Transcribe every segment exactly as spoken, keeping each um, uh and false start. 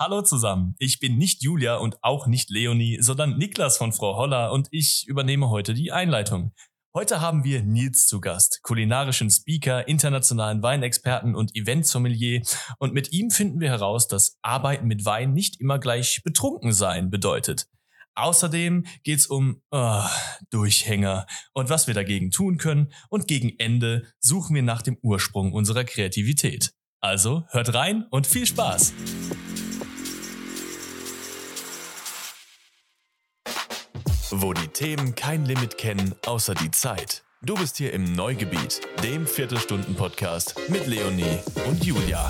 Hallo zusammen, ich bin nicht Julia und auch nicht Leonie, sondern Niklas von Frau Holler und ich übernehme heute die Einleitung. Heute haben wir Nils zu Gast, kulinarischen Speaker, internationalen Weinexperten und Eventsommelier, und mit ihm finden wir heraus, dass Arbeiten mit Wein nicht immer gleich betrunken sein bedeutet. Außerdem geht's um oh, Durchhänger und was wir dagegen tun können, und gegen Ende suchen wir nach dem Ursprung unserer Kreativität. Also hört rein und viel Spaß! Wo die Themen kein Limit kennen, außer die Zeit. Du bist hier im Neugebiet, dem Viertelstunden-Podcast mit Leonie und Julia.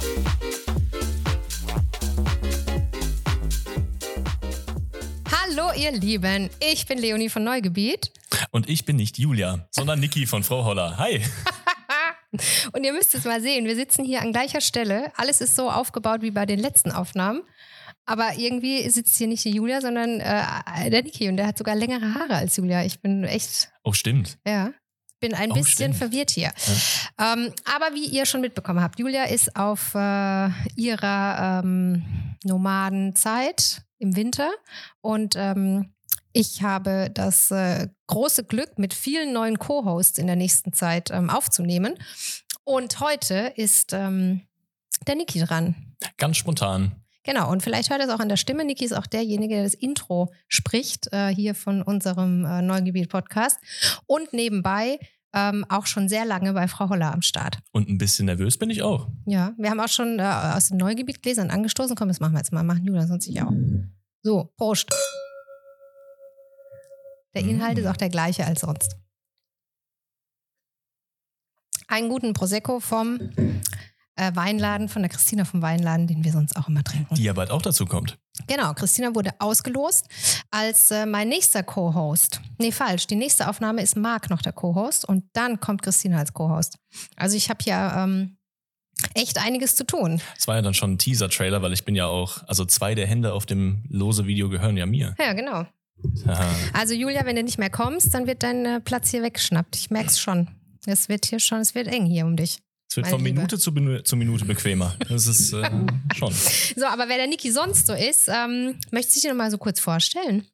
Hallo ihr Lieben, ich bin Leonie von Neugebiet. Und ich bin nicht Julia, sondern Niki von Frau Holler. Hi! Und ihr müsst es mal sehen, wir sitzen hier an gleicher Stelle. Alles ist so aufgebaut wie bei den letzten Aufnahmen. Aber irgendwie sitzt hier nicht die Julia, sondern äh, der Niki, und der hat sogar längere Haare als Julia. Ich bin echt... Oh, stimmt. Ja, bin ein oh, bisschen stimmt. verwirrt hier. Ja. Ähm, aber wie ihr schon mitbekommen habt, Julia ist auf äh, ihrer ähm, Nomadenzeit im Winter, und ähm, ich habe das äh, große Glück, mit vielen neuen Co-Hosts in der nächsten Zeit ähm, aufzunehmen. Und heute ist ähm, der Niki dran. Ganz spontan. Genau, und vielleicht hört ihr es auch an der Stimme. Niki ist auch derjenige, der das Intro spricht, äh, hier von unserem äh, Neugebiet-Podcast. Und nebenbei ähm, auch schon sehr lange bei Frau Holler am Start. Und ein bisschen nervös bin ich auch. Ja, wir haben auch schon äh, aus dem Neugebiet-Gläsern angestoßen. Komm, das machen wir jetzt mal. Machen Julia, sonst ich auch. So, Prost. Der Inhalt mm. ist auch der gleiche als sonst. Einen guten Prosecco vom äh, Weinladen, von der Christina vom Weinladen, den wir sonst auch immer trinken. Die ja bald auch dazu kommt. Genau, Christina wurde ausgelost als äh, mein nächster Co-Host. Nee, falsch. Die nächste Aufnahme ist Marc noch der Co-Host, und dann kommt Christina als Co-Host. Also ich habe ja ähm, echt einiges zu tun. Es war ja dann schon ein Teaser-Trailer, weil ich bin ja auch, also zwei der Hände auf dem Lose-Video gehören ja mir. Ja, genau. Aha. Also Julia, wenn du nicht mehr kommst, dann wird dein äh, Platz hier weggeschnappt. Ich merk's schon. Es wird hier schon, es wird eng hier um dich. Es wird Meine von Liebe. Minute zu, Benu- zu Minute bequemer. Das ist äh, schon. So, aber wer der Niki sonst so ist, ähm, möchte ich dir noch mal so kurz vorstellen.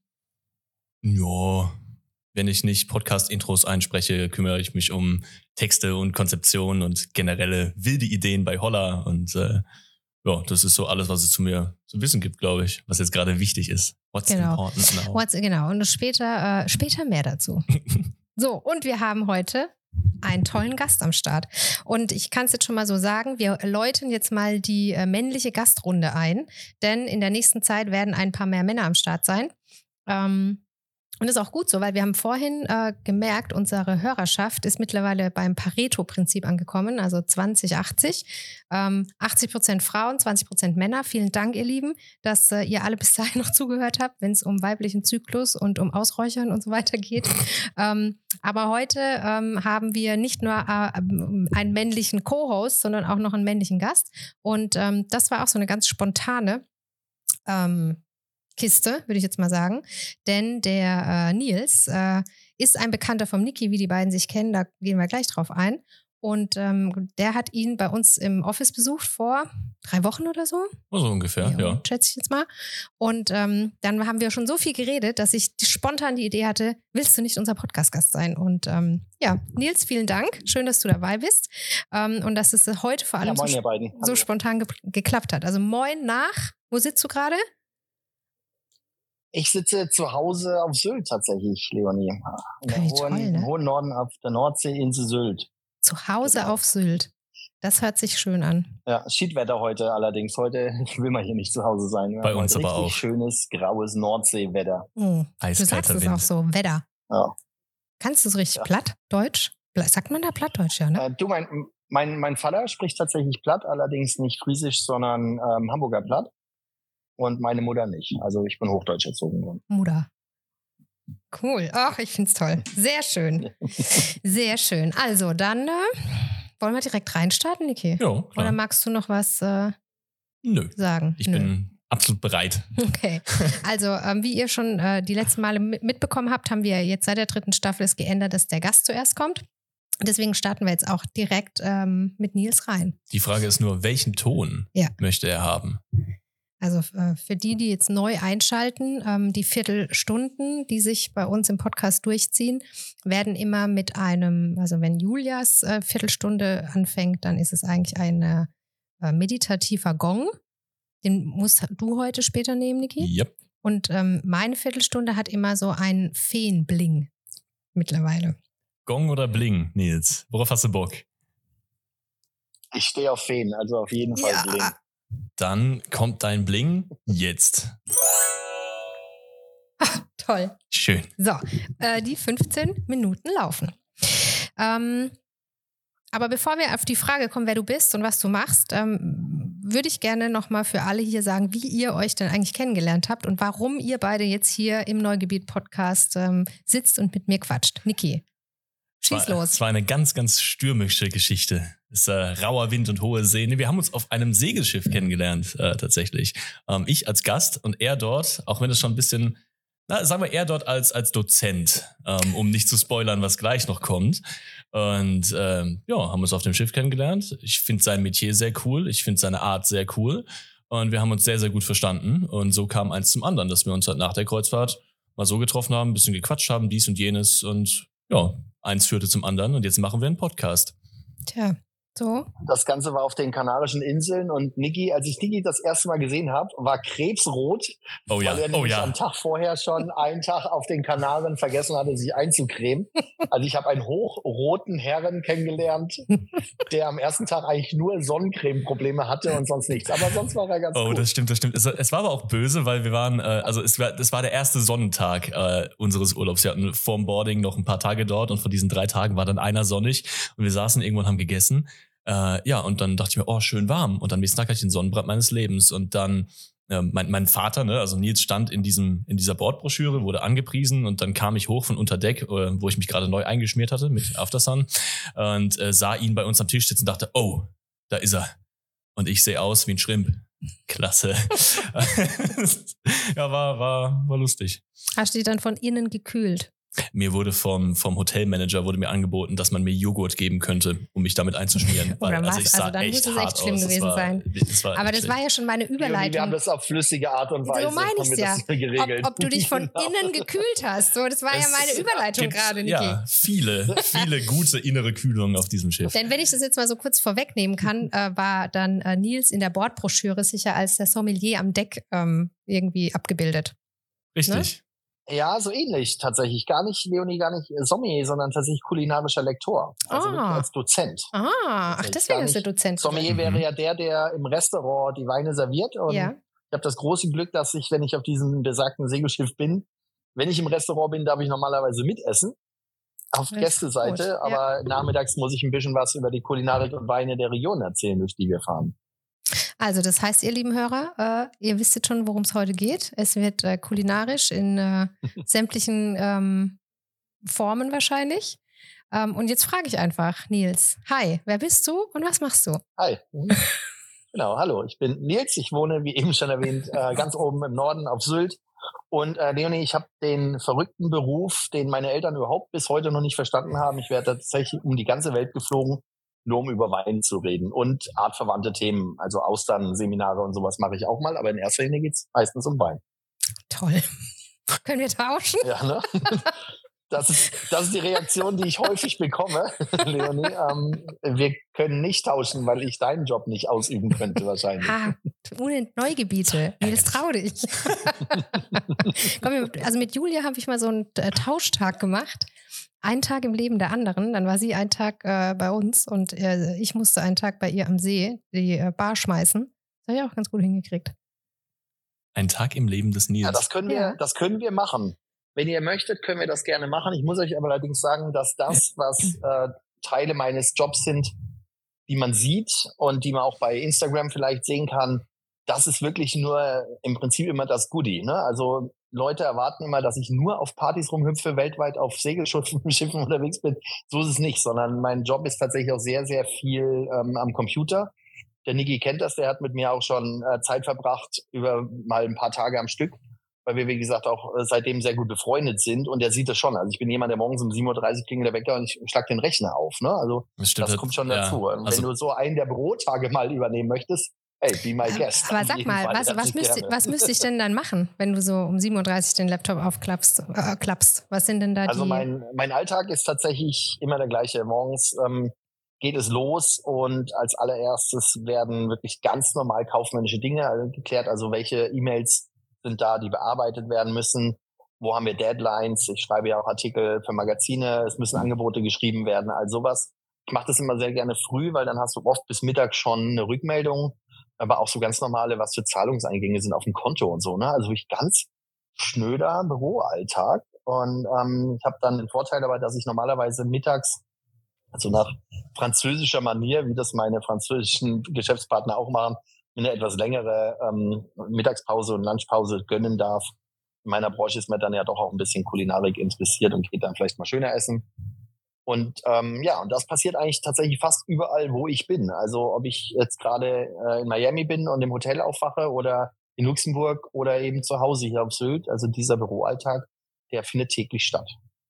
Ja, wenn ich nicht Podcast-Intros einspreche, kümmere ich mich um Texte und Konzeption und generelle wilde Ideen bei Holler. Und äh, ja, das ist so alles, was es zu mir zu wissen gibt, glaube ich, was jetzt gerade wichtig ist. What's Genau. important now? What's, genau, und später, äh, später mehr dazu. So, und wir haben heute einen tollen Gast am Start. Und ich kann es jetzt schon mal so sagen, wir läuten jetzt mal die äh, männliche Gastrunde ein, denn in der nächsten Zeit werden ein paar mehr Männer am Start sein. Ähm, und das ist auch gut so, weil wir haben vorhin äh, gemerkt, unsere Hörerschaft ist mittlerweile beim Pareto-Prinzip angekommen, also zwanzig achtzig. Ähm, achtzig Prozent Frauen, zwanzig Prozent Männer. Vielen Dank, ihr Lieben, dass äh, ihr alle bis dahin noch zugehört habt, wenn es um weiblichen Zyklus und um Ausräuchern und so weiter geht. ähm, aber heute ähm, haben wir nicht nur äh, einen männlichen Co-Host, sondern auch noch einen männlichen Gast. Und ähm, das war auch so eine ganz spontane ähm, Kiste, würde ich jetzt mal sagen. Denn der äh, Nils äh, ist ein Bekannter vom Niki, wie die beiden sich kennen. Da gehen wir gleich drauf ein. Und ähm, der hat ihn bei uns im Office besucht vor drei Wochen oder so. So ungefähr, ja. ja. Schätze ich jetzt mal. Und ähm, dann haben wir schon so viel geredet, dass ich spontan die Idee hatte, willst du nicht unser Podcast-Gast sein? Und ähm, ja, Nils, vielen Dank. Schön, dass du dabei bist. Ähm, und dass es heute vor allem ja, moin, so, ihr beiden. so spontan ge- geklappt hat. Also moin nach, wo sitzt du gerade? Ich sitze zu Hause auf Sylt tatsächlich, Leonie. In der Wie hohen, toll, ne? Im hohen Norden auf der Nordseeinsel Sylt. Zu Hause Genau. auf Sylt. Das hört sich schön an. Ja, Schiedwetter heute allerdings. Heute will man hier nicht zu Hause sein. Wir Bei haben uns heute aber richtig auch. schönes, graues Nordseewetter. Oh, du sagst Eiskalter es Wind. auch so, Wetter. Ja. Kannst du es richtig Ja. platt, Deutsch? Sagt man da Plattdeutsch, ja, ne? Äh, du, mein, mein, mein Vater spricht tatsächlich Platt, allerdings nicht Friesisch, sondern ähm, Hamburger Platt. Und meine Mutter nicht. Also ich bin Hochdeutsch erzogen worden. Mutter. Cool. Ach, ich find's toll. Sehr schön. Sehr schön. Also, dann äh, wollen wir direkt reinstarten, Niki? Ja, klar. Oder magst du noch was äh, Nö, sagen? ich Nö. bin absolut bereit. Okay. Also, ähm, wie ihr schon äh, die letzten Male mit- mitbekommen habt, haben wir jetzt seit der dritten Staffel es geändert, dass der Gast zuerst kommt. Deswegen starten wir jetzt auch direkt ähm, mit Nils rein. Die Frage ist nur, welchen Ton Ja. möchte er haben? Also äh, für die, die jetzt neu einschalten, ähm, die Viertelstunden, die sich bei uns im Podcast durchziehen, werden immer mit einem, also wenn Julias äh, Viertelstunde anfängt, dann ist es eigentlich ein äh, meditativer Gong. Den musst du heute später nehmen, Niki. Yep. Und ähm, meine Viertelstunde hat immer so einen Feenbling mittlerweile. Gong oder Bling, Nils? Worauf hast du Bock? Ich stehe auf Feen, also auf jeden Fall Ja. Bling. Dann kommt dein Bling jetzt. Toll. Schön. So, äh, die fünfzehn Minuten laufen. Ähm, aber bevor wir auf die Frage kommen, wer du bist und was du machst, ähm, würde ich gerne nochmal für alle hier sagen, wie ihr euch denn eigentlich kennengelernt habt und warum ihr beide jetzt hier im Neugebiet-Podcast ähm, sitzt und mit mir quatscht. Niki, schieß war, los. Es war eine ganz, ganz stürmische Geschichte. Es ist äh, rauer Wind und hohe See. Nee, wir haben uns auf einem Segelschiff kennengelernt, äh, tatsächlich. Ähm, ich als Gast und er dort, auch wenn es schon ein bisschen, na, sagen wir er dort als, als Dozent, ähm, um nicht zu spoilern, was gleich noch kommt. Und ähm, ja, haben uns auf dem Schiff kennengelernt. Ich finde sein Metier sehr cool. Ich finde seine Art sehr cool. Und wir haben uns sehr, sehr gut verstanden. Und so kam eins zum anderen, dass wir uns halt nach der Kreuzfahrt mal so getroffen haben, ein bisschen gequatscht haben, dies und jenes. Und ja, eins führte zum anderen. Und jetzt machen wir einen Podcast. Tja, so. Das Ganze war auf den Kanarischen Inseln und Niki, als ich Niki das erste Mal gesehen habe, war krebsrot, Oh ja, weil er oh nämlich ja. am Tag vorher schon einen Tag auf den Kanaren vergessen hatte, sich einzucremen. Also ich habe einen hochroten Herren kennengelernt, der am ersten Tag eigentlich nur Sonnencreme-Probleme hatte und sonst nichts. Aber sonst war er ganz Oh, gut. das stimmt, das stimmt. Es, es war aber auch böse, weil wir waren, äh, also es war, das war der erste Sonnentag äh, unseres Urlaubs. Wir hatten vorm Boarding noch ein paar Tage dort und von diesen drei Tagen war dann einer sonnig und wir saßen irgendwo und haben gegessen. Äh, ja, und dann dachte ich mir, oh, schön warm. Und am nächsten Tag hatte ich den Sonnenbrand meines Lebens. Und dann, äh, mein, mein Vater, ne, also Nils stand in diesem, in dieser Bordbroschüre, wurde angepriesen und dann kam ich hoch von unter Deck, äh, wo ich mich gerade neu eingeschmiert hatte mit Aftersun und äh, sah ihn bei uns am Tisch sitzen und dachte, oh, da ist er. Und ich sehe aus wie ein Schrimp. Klasse. Ja, war, war, war lustig. Hast du dich dann von innen gekühlt? Mir wurde vom, vom Hotelmanager wurde mir angeboten, dass man mir Joghurt geben könnte, um mich damit einzuschmieren. Weil, Oder was? also ich sah Also dann echt muss es echt hart schlimm aus. gewesen das war, sein. Das war Aber echt das war ja schon meine Leonie, wir haben Überleitung. das auf flüssige Art und Weise So meine haben ich's wir ja. das geregelt. Ob, ob du dich von Genau. innen gekühlt hast. So, das war ja Es meine Überleitung gibt, gerade, Niki. Ja, viele, viele gute innere Kühlungen auf diesem Schiff. Denn wenn ich das jetzt mal so kurz vorwegnehmen kann, äh, war dann äh, Nils in der Bordbroschüre sicher als der Sommelier am Deck ähm, irgendwie abgebildet. Richtig. Ja, so ähnlich tatsächlich. Gar nicht, Leonie, gar nicht Sommelier, sondern tatsächlich kulinarischer Lektor. Also Ah. wirklich als Dozent. Ah, ach, Tatsächlich deswegen gar ist der nicht. Dozent. Sommelier Mhm. wäre ja der, der im Restaurant die Weine serviert. Und Ja. ich habe das große Glück, dass ich, wenn ich auf diesem besagten Segelschiff bin, wenn ich im Restaurant bin, darf ich normalerweise mitessen. Auf Das ist Gästeseite, gut, ja. aber nachmittags muss ich ein bisschen was über die Kulinarik und Weine der Region erzählen, durch die wir fahren. Also das heißt, ihr lieben Hörer, äh, ihr wisst jetzt schon, worum es heute geht. Es wird äh, kulinarisch in äh, sämtlichen ähm, Formen wahrscheinlich. Ähm, und jetzt frage ich einfach, Nils, hi, wer bist du und was machst du? Hi. Genau, hallo, ich bin Nils, ich wohne, wie eben schon erwähnt, äh, ganz oben im Norden auf Sylt. Und äh, Leonie, ich habe den verrückten Beruf, den meine Eltern überhaupt bis heute noch nicht verstanden haben. Ich werde tatsächlich um die ganze Welt geflogen, nur um über Wein zu reden und artverwandte Themen, also Austern, Seminare und sowas mache ich auch mal, aber in erster Linie geht's meistens um Wein. Toll. Können wir tauschen? Ja, ne? Das ist, das ist die Reaktion, die ich häufig bekomme, Leonie. Ähm, wir können nicht tauschen, weil ich deinen Job nicht ausüben könnte wahrscheinlich. Ah, ohne Neugebiete. Nils, trau dich. Komm, also mit Julia habe ich mal so einen äh, Tauschtag gemacht. Einen Tag im Leben der anderen. Dann war sie einen Tag äh, bei uns und äh, ich musste einen Tag bei ihr am See die äh, Bar schmeißen. Das habe ich auch ganz gut hingekriegt. Ein Tag im Leben des Nils. Ja, das können wir, Ja. das können wir machen. Wenn ihr möchtet, können wir das gerne machen. Ich muss euch aber allerdings sagen, dass das, was äh, Teile meines Jobs sind, die man sieht und die man auch bei Instagram vielleicht sehen kann, das ist wirklich nur im Prinzip immer das Goodie. Ne? Also Leute erwarten immer, dass ich nur auf Partys rumhüpfe, weltweit auf Segelschiffen Schiffen unterwegs bin. So ist es nicht, sondern mein Job ist tatsächlich auch sehr, sehr viel ähm, am Computer. Der Niki kennt das, der hat mit mir auch schon äh, Zeit verbracht, über mal ein paar Tage am Stück, weil wir, wie gesagt, auch äh, seitdem sehr gut befreundet sind und der sieht das schon. Also ich bin jemand, der morgens um sieben Uhr dreißig klingelt der Wecker und ich schlag den Rechner auf. Ne? Also das stimmt, das kommt schon ja, dazu. Und also, wenn du so einen der Bürotage mal übernehmen möchtest, Hey, be my guest. Aber sag mal, Fall. was, was, müsste, was müsste ich denn dann machen, wenn du so um sieben Uhr dreißig den Laptop aufklappst? Äh, klappst? Was sind denn da also die... Also mein, mein Alltag ist tatsächlich immer der gleiche. Morgens ähm, geht es los und als allererstes werden wirklich ganz normal kaufmännische Dinge geklärt. Also welche E-Mails sind da, die bearbeitet werden müssen? Wo haben wir Deadlines? Ich schreibe ja auch Artikel für Magazine. Es müssen Angebote geschrieben werden, all sowas. Ich mache das immer sehr gerne früh, weil dann hast du oft bis Mittag schon eine Rückmeldung. Aber auch so ganz normale, was für Zahlungseingänge sind auf dem Konto und so. Ne? Also wirklich ganz schnöder Büroalltag. Und ähm, ich habe dann den Vorteil dabei, dass ich normalerweise mittags, also nach französischer Manier, wie das meine französischen Geschäftspartner auch machen, mir eine etwas längere ähm, Mittagspause und Lunchpause gönnen darf. In meiner Branche ist man dann ja doch auch ein bisschen Kulinarik interessiert und geht dann vielleicht mal schöner essen. Und ähm, ja, und das passiert eigentlich tatsächlich fast überall, wo ich bin. Also ob ich jetzt gerade äh, in Miami bin und im Hotel aufwache oder in Luxemburg oder eben zu Hause hier auf Sylt. Also dieser Büroalltag, der findet täglich statt.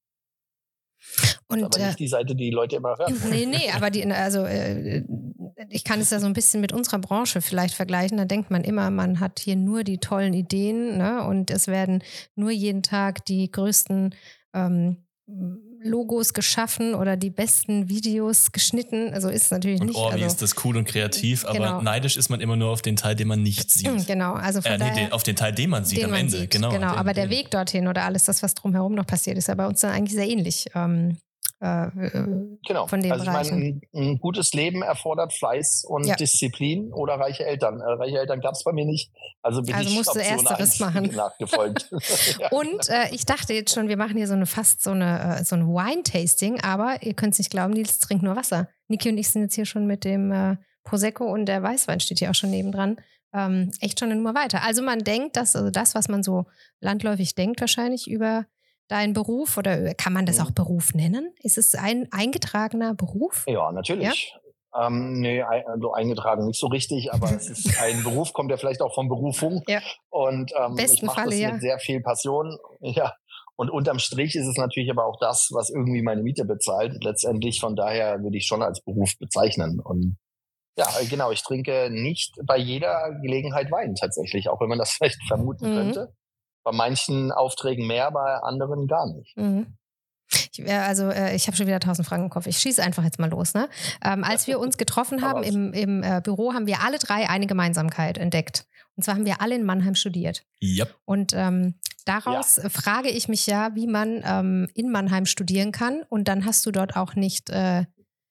Und, das ist aber nicht die Seite, die Leute immer hören. Nee, nee, aber die, also äh, ich kann es ja so ein bisschen mit unserer Branche vielleicht vergleichen. Da denkt man immer, man hat hier nur die tollen Ideen, ne? Und es werden nur jeden Tag die größten ähm, Logos geschaffen oder die besten Videos geschnitten. Also ist es natürlich und nicht. Oh, wie also, ist das cool und kreativ, aber genau. neidisch ist man immer nur auf den Teil, den man nicht sieht. Genau, also von äh, nee, daher, den, auf den Teil, den man sieht den am man Ende. Sieht. Genau, genau. den, aber der den. Weg dorthin oder alles das, was drumherum noch passiert, ist ja bei uns dann eigentlich sehr ähnlich. Ähm, Äh, genau. Von den also ich Bereichen. meine, ein, ein gutes Leben erfordert Fleiß und ja. Disziplin oder reiche Eltern. Äh, reiche Eltern gab es bei mir nicht, also bin also ich musst du ersteres machen. nachgefolgt. ja. Und äh, ich dachte jetzt schon, wir machen hier so eine fast so eine so ein Wine-Tasting, aber ihr könnt es nicht glauben, Nils trinkt nur Wasser. Niki und ich sind jetzt hier schon mit dem äh, Prosecco und der Weißwein steht hier auch schon nebendran. Ähm, echt schon eine Nummer weiter. Also man denkt, dass also das, was man so landläufig denkt wahrscheinlich über dein Beruf oder kann man das auch Beruf nennen? Ist es ein eingetragener Beruf? Ja, natürlich. Ja? Ähm, nee, also eingetragen nicht so richtig, aber es ist ein Beruf, kommt ja vielleicht auch von Berufung. Ja. Und ähm, ich mache das ja. mit sehr viel Passion. Ja. Und unterm Strich ist es natürlich aber auch das, was irgendwie meine Miete bezahlt. Letztendlich, von daher würde ich schon als Beruf bezeichnen. Und ja, genau, ich trinke nicht bei jeder Gelegenheit Wein tatsächlich, auch wenn man das vielleicht vermuten mhm. könnte. Bei manchen Aufträgen mehr, bei anderen gar nicht. Mhm. Ich, also äh, ich habe schon wieder tausend Fragen im Kopf. Ich schieße einfach jetzt mal los. Ne? Ähm, als wir uns getroffen haben im, im äh, Büro, haben wir alle drei eine Gemeinsamkeit entdeckt. Und zwar haben wir alle in Mannheim studiert. Yep. Und ähm, daraus ja. frage ich mich ja, wie man ähm, in Mannheim studieren kann. Und dann hast du dort auch nicht, äh,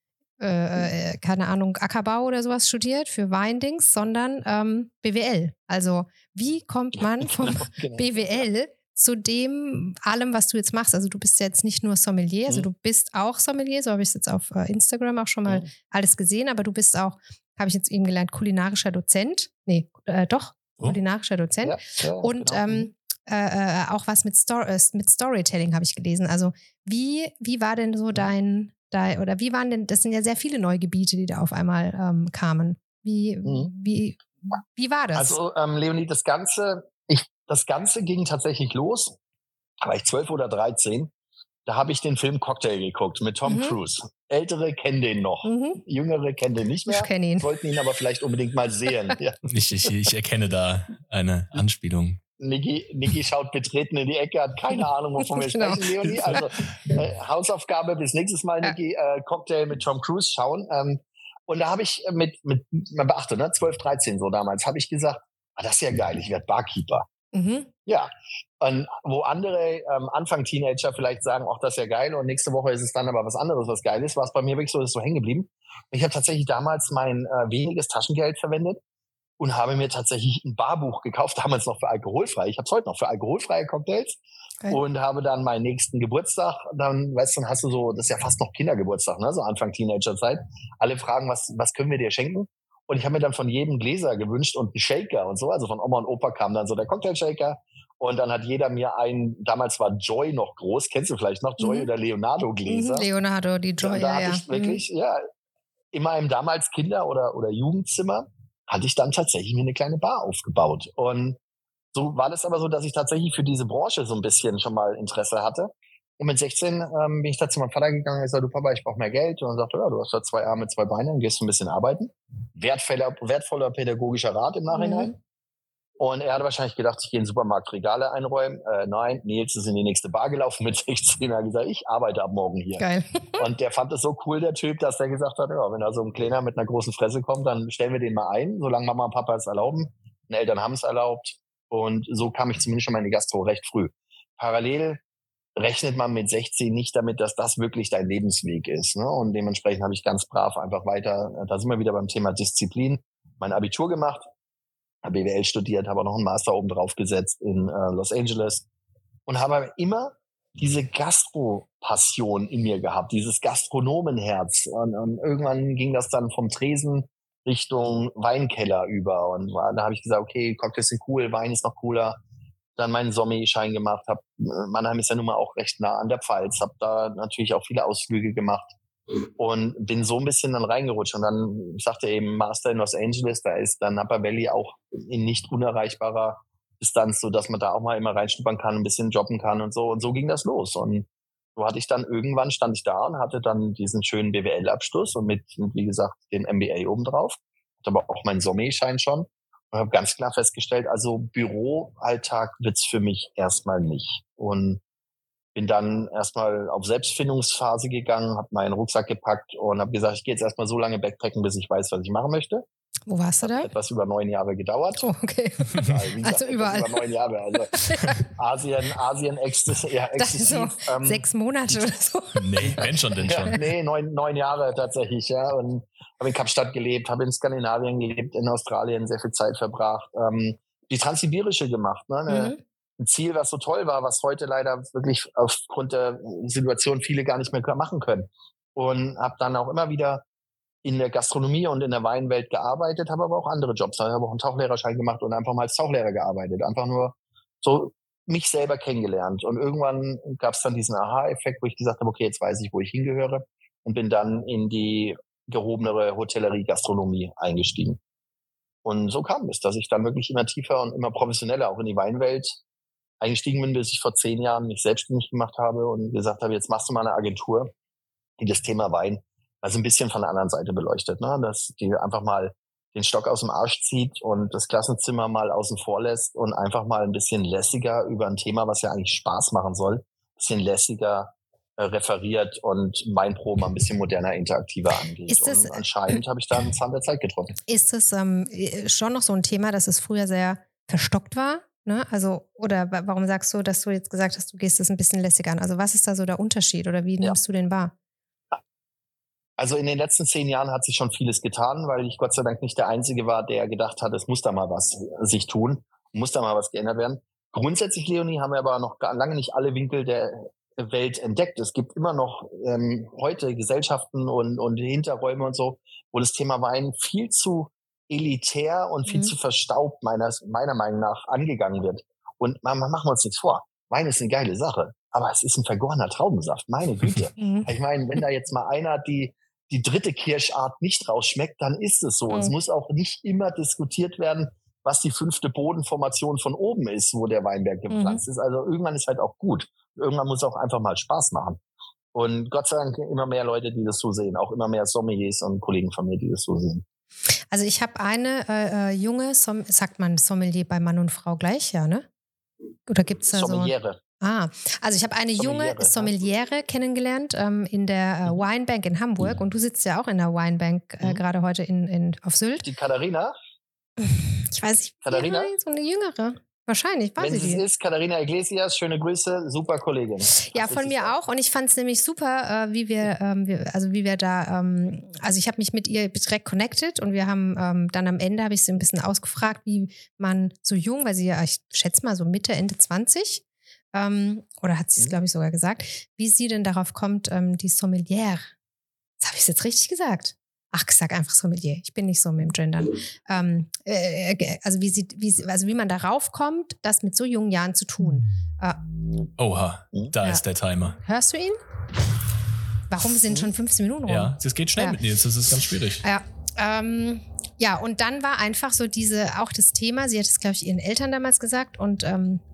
äh, keine Ahnung, Ackerbau oder sowas studiert für Weindings, sondern ähm, B W L. Also wie kommt man vom genau, genau. B W L zu dem allem, was du jetzt machst? Also du bist jetzt nicht nur Sommelier, also mhm. du bist auch Sommelier, so habe ich es jetzt auf äh, Instagram auch schon mal mhm. alles gesehen, aber du bist auch, habe ich jetzt eben gelernt, kulinarischer Dozent. Nee, äh, doch, oh. kulinarischer Dozent. Ja, ja, und genau. ähm, äh, auch was mit, Stor- äh, mit Storytelling habe ich gelesen. Also wie, wie war denn so dein, dein, oder wie waren denn, das sind ja sehr viele neue Gebiete, die da auf einmal ähm, kamen. Wie, mhm. wie, wie war das? Also ähm, Leonie, das Ganze, ich Das Ganze ging tatsächlich los, da war ich zwölf oder dreizehn, da habe ich den Film Cocktail geguckt mit Tom mhm. Cruise. Ältere kennen den noch, mhm. Jüngere kennen den nicht mehr, ich kenn ihn. Wollten ihn aber vielleicht unbedingt mal sehen. Ja. Ich, ich, ich erkenne da eine Anspielung. Niki, Niki schaut betreten in die Ecke, hat keine Ahnung, wovon wir genau. sprechen, Leonie. Also äh, Hausaufgabe bis nächstes Mal, ja. Niki, äh, Cocktail mit Tom Cruise schauen. Ähm, und da habe ich mit, mit man beachte, ne, zwölf, dreizehn so damals, habe ich gesagt, ah, das ist ja geil, ich werde Barkeeper. Mhm. Ja, und wo andere ähm, Anfang Teenager vielleicht sagen, ach, das ist ja geil und nächste Woche ist es dann aber was anderes, was geil ist, war es bei mir wirklich so, das ist so hängen geblieben. Ich habe tatsächlich damals mein äh, weniges Taschengeld verwendet und habe mir tatsächlich ein Barbuch gekauft, damals noch für alkoholfrei. Ich habe es heute noch für alkoholfreie Cocktails okay. und habe dann meinen nächsten Geburtstag, dann, weißt du, dann hast du so, das ist ja fast noch Kindergeburtstag, ne, so Anfang Teenagerzeit. Alle fragen, was, was können wir dir schenken? Und ich habe mir dann von jedem Gläser gewünscht und einen Shaker und so. Also von Oma und Opa kam dann so der Cocktail-Shaker. Und dann hat jeder mir einen, damals war Joy noch groß, kennst du vielleicht noch, Joy mhm. oder Leonardo-Gläser. Mhm, Leonardo, die Joy, und da ja, hatte ja. ich wirklich, mhm. ja, in meinem damals Kinder- oder, oder Jugendzimmer hatte ich dann tatsächlich mir eine kleine Bar aufgebaut. Und so war das aber so, dass ich tatsächlich für diese Branche so ein bisschen schon mal Interesse hatte. Und mit sechzehn ähm, bin ich da zu meinem Vater gegangen und gesagt, du Papa, ich brauche mehr Geld. Und dann sagte er, ja, du hast da zwei Arme, zwei Beine, dann gehst du ein bisschen arbeiten. Wertvoller, wertvoller pädagogischer Rat im Nachhinein. Mhm. Und er hat wahrscheinlich gedacht, ich gehe in den Supermarkt Regale einräumen. Äh, nein, Nils ist in die nächste Bar gelaufen mit sechzehn. Er hat gesagt, ich arbeite ab morgen hier. Geil. Und der fand es so cool, der Typ, dass der gesagt hat, ja, wenn da so ein Kleiner mit einer großen Fresse kommt, dann stellen wir den mal ein, solange Mama und Papa es erlauben. Die Eltern haben es erlaubt. Und so kam ich zumindest schon mal in die Gastro recht früh. Parallel rechnet man mit sechzehn nicht damit, dass das wirklich dein Lebensweg ist. Ne? Und dementsprechend habe ich ganz brav einfach weiter, da sind wir wieder beim Thema Disziplin, mein Abitur gemacht, habe B W L studiert, habe auch noch einen Master oben drauf gesetzt in äh, Los Angeles und habe immer diese Gastro-Passion in mir gehabt, dieses Gastronomenherz. Und, und irgendwann ging das dann vom Tresen Richtung Weinkeller über. Und da habe ich gesagt, okay, Cocktails sind cool, Wein ist noch cooler. Dann meinen Sommelier-Schein gemacht, hab, Mannheim ist ja nun mal auch recht nah an der Pfalz, habe da natürlich auch viele Ausflüge gemacht und bin so ein bisschen dann reingerutscht. Und dann sagte eben Master in Los Angeles, da ist dann Napa Valley auch in nicht unerreichbarer Distanz, so dass man da auch mal immer reinschnuppern kann, ein bisschen jobben kann und so. Und so ging das los. Und so hatte ich dann irgendwann, stand ich da und hatte dann diesen schönen B W L-Abschluss und mit, wie gesagt, dem M B A obendrauf. Hatte aber auch meinen Sommelier-Schein schon. Und habe ganz klar festgestellt, also Büroalltag wird's für mich erstmal nicht. Und bin dann erstmal auf Selbstfindungsphase gegangen, habe meinen Rucksack gepackt und habe gesagt, ich gehe jetzt erstmal so lange backpacken, bis ich weiß, was ich machen möchte. Wo warst du da? Hat etwas über neun Jahre gedauert. Oh, okay. Überall, wie gesagt, also überall. Über neun Jahre. Also Asien, Asien exzessiv. Ja, exzessiv so ähm, sechs Monate oder so. Nee, wenn schon, denn schon. Ja, nee, neun, neun Jahre tatsächlich, ja. Und habe in Kapstadt gelebt, habe in Skandinavien gelebt, in Australien sehr viel Zeit verbracht. Ähm, die Transsibirische gemacht, ne? Eine, mhm. Ein Ziel, was so toll war, was heute leider wirklich aufgrund der Situation viele gar nicht mehr machen können. Und habe dann auch immer wieder in der Gastronomie und in der Weinwelt gearbeitet, habe aber auch andere Jobs. Ich habe auch einen Tauchlehrerschein gemacht und einfach mal als Tauchlehrer gearbeitet. Einfach nur so mich selber kennengelernt. Und irgendwann gab es dann diesen Aha-Effekt, wo ich gesagt habe, okay, jetzt weiß ich, wo ich hingehöre. Und bin dann in die gehobenere Hotellerie, Gastronomie eingestiegen. Und so kam es, dass ich dann wirklich immer tiefer und immer professioneller auch in die Weinwelt eingestiegen bin, bis ich vor zehn Jahren mich selbstständig gemacht habe und gesagt habe, jetzt machst du mal eine Agentur, die das Thema Wein also ein bisschen von der anderen Seite beleuchtet, ne? Dass die einfach mal den Stock aus dem Arsch zieht und das Klassenzimmer mal außen vor lässt und einfach mal ein bisschen lässiger über ein Thema, was ja eigentlich Spaß machen soll, ein bisschen lässiger äh, referiert und Weinproben ein bisschen moderner, interaktiver angeht. Ist das, und anscheinend habe ich da einen Zahn der Zeit getroffen. Ist das ähm, schon noch so ein Thema, dass es früher sehr verstockt war? Ne? Also, oder warum sagst du, dass du jetzt gesagt hast, du gehst das ein bisschen lässiger an? Also was ist da so der Unterschied oder wie nimmst ja. du den wahr? Also in den letzten zehn Jahren hat sich schon vieles getan, weil ich Gott sei Dank nicht der Einzige war, der gedacht hat, es muss da mal was sich tun, muss da mal was geändert werden. Grundsätzlich, Leonie, haben wir aber noch gar lange nicht alle Winkel der Welt entdeckt. Es gibt immer noch ähm, heute Gesellschaften und, und Hinterräume und so, wo das Thema Wein viel zu elitär und viel mhm. zu verstaubt meiner, meiner Meinung nach angegangen wird. Und man, man machen wir uns nichts vor. Wein ist eine geile Sache, aber es ist ein vergorener Traubensaft, meine Güte. Mhm. Ich meine, wenn da jetzt mal einer die die dritte Kirschart nicht rausschmeckt, dann ist es so. Mhm. Es muss auch nicht immer diskutiert werden, was die fünfte Bodenformation von oben ist, wo der Weinberg gepflanzt mhm. ist. Also irgendwann ist halt auch gut. Irgendwann muss es auch einfach mal Spaß machen. Und Gott sei Dank immer mehr Leute, die das so sehen. Auch immer mehr Sommeliers und Kollegen von mir, die das so sehen. Also ich habe eine äh, junge, Som- sagt man Sommelier bei Mann und Frau gleich, ja, ne? Oder gibt es da Sommeliere. so... Ah, also ich habe eine junge Sommeliere kennengelernt ähm, in der äh, Winebank in Hamburg mhm. und du sitzt ja auch in der Winebank äh, mhm. gerade heute in, in, auf Sylt. Die Katharina? Ich weiß nicht, Katharina? So eine jüngere. Wahrscheinlich, weiß Wenn ich sie es ist, Katharina Iglesias, schöne Grüße, super Kollegin. Ja, von mir auch. Und ich fand es nämlich super, äh, wie wir, ähm, wir, also wie wir da, ähm, also ich habe mich mit ihr direkt connected und wir haben ähm, dann am Ende habe ich sie ein bisschen ausgefragt, wie man so jung, weil sie ja, ich schätze mal so Mitte, Ende zwanzig, ähm, oder hat sie es, mhm. glaube ich, sogar gesagt, wie sie denn darauf kommt, ähm, die Sommelière. Das habe ich jetzt richtig gesagt. Ach, ich sag einfach Sommelier. Ich bin nicht so mit dem Gendern. Ähm, äh, also, wie sie, wie sie, also wie man darauf kommt, das mit so jungen Jahren zu tun. Äh, Oha, da ja. ist der Timer. Hörst du ihn? Warum sind schon fünfzehn Minuten rum? Ja, das geht schnell ja. mit Nils, das ist ganz schwierig. Ja, ähm, ja, und dann war einfach so diese, auch das Thema, sie hat es, glaube ich, ihren Eltern damals gesagt und ähm,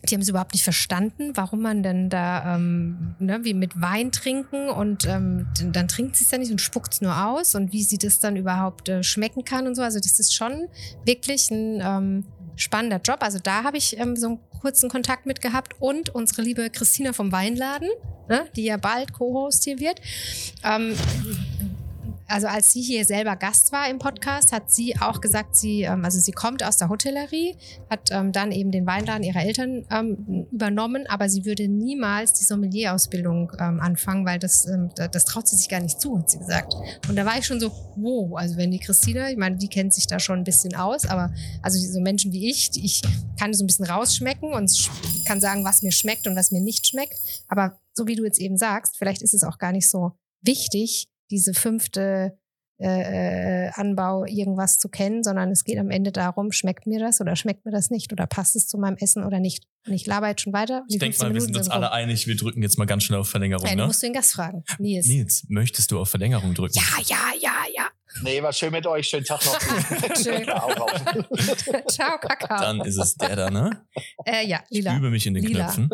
Die haben es überhaupt nicht verstanden, warum man denn da ähm, ne, wie mit Wein trinken und ähm, dann trinkt sie es ja nicht und spuckt es nur aus und wie sie das dann überhaupt äh, schmecken kann und so. Also das ist schon wirklich ein ähm, spannender Job. Also da habe ich ähm, so einen kurzen Kontakt mit gehabt und unsere liebe Christina vom Weinladen, ne, die ja bald Co-Host hier wird. Ähm, Also als sie hier selber Gast war im Podcast, hat sie auch gesagt, sie, ähm, also sie kommt aus der Hotellerie, hat ähm, dann eben den Weinladen ihrer Eltern ähm, übernommen, aber sie würde niemals die Sommelier-Ausbildung ähm, anfangen, weil das, ähm, das traut sie sich gar nicht zu, hat sie gesagt. Und da war ich schon so, wow, also wenn die Christina, ich meine, die kennt sich da schon ein bisschen aus, aber also so Menschen wie ich, die, ich kann so ein bisschen rausschmecken und kann sagen, was mir schmeckt und was mir nicht schmeckt, aber so wie du jetzt eben sagst, vielleicht ist es auch gar nicht so wichtig, diese fünfte äh, Anbau irgendwas zu kennen, sondern es geht am Ende darum, schmeckt mir das oder schmeckt mir das nicht oder passt es zu meinem Essen oder nicht. Und ich laber jetzt schon weiter. Ich denke mal, wir Minuten sind uns alle rum. einig, wir drücken jetzt mal ganz schnell auf Verlängerung. Ja, ne? du musst den Gast fragen. Nils. Nils, möchtest du auf Verlängerung drücken? Ja, ja, ja, ja. Nee, war schön mit euch. Schönen Tag noch. Schön. Ciao, Kakao. Dann ist es der da, ne? Äh, ja, lila. Ich übe mich in den Lila. Knöpfen.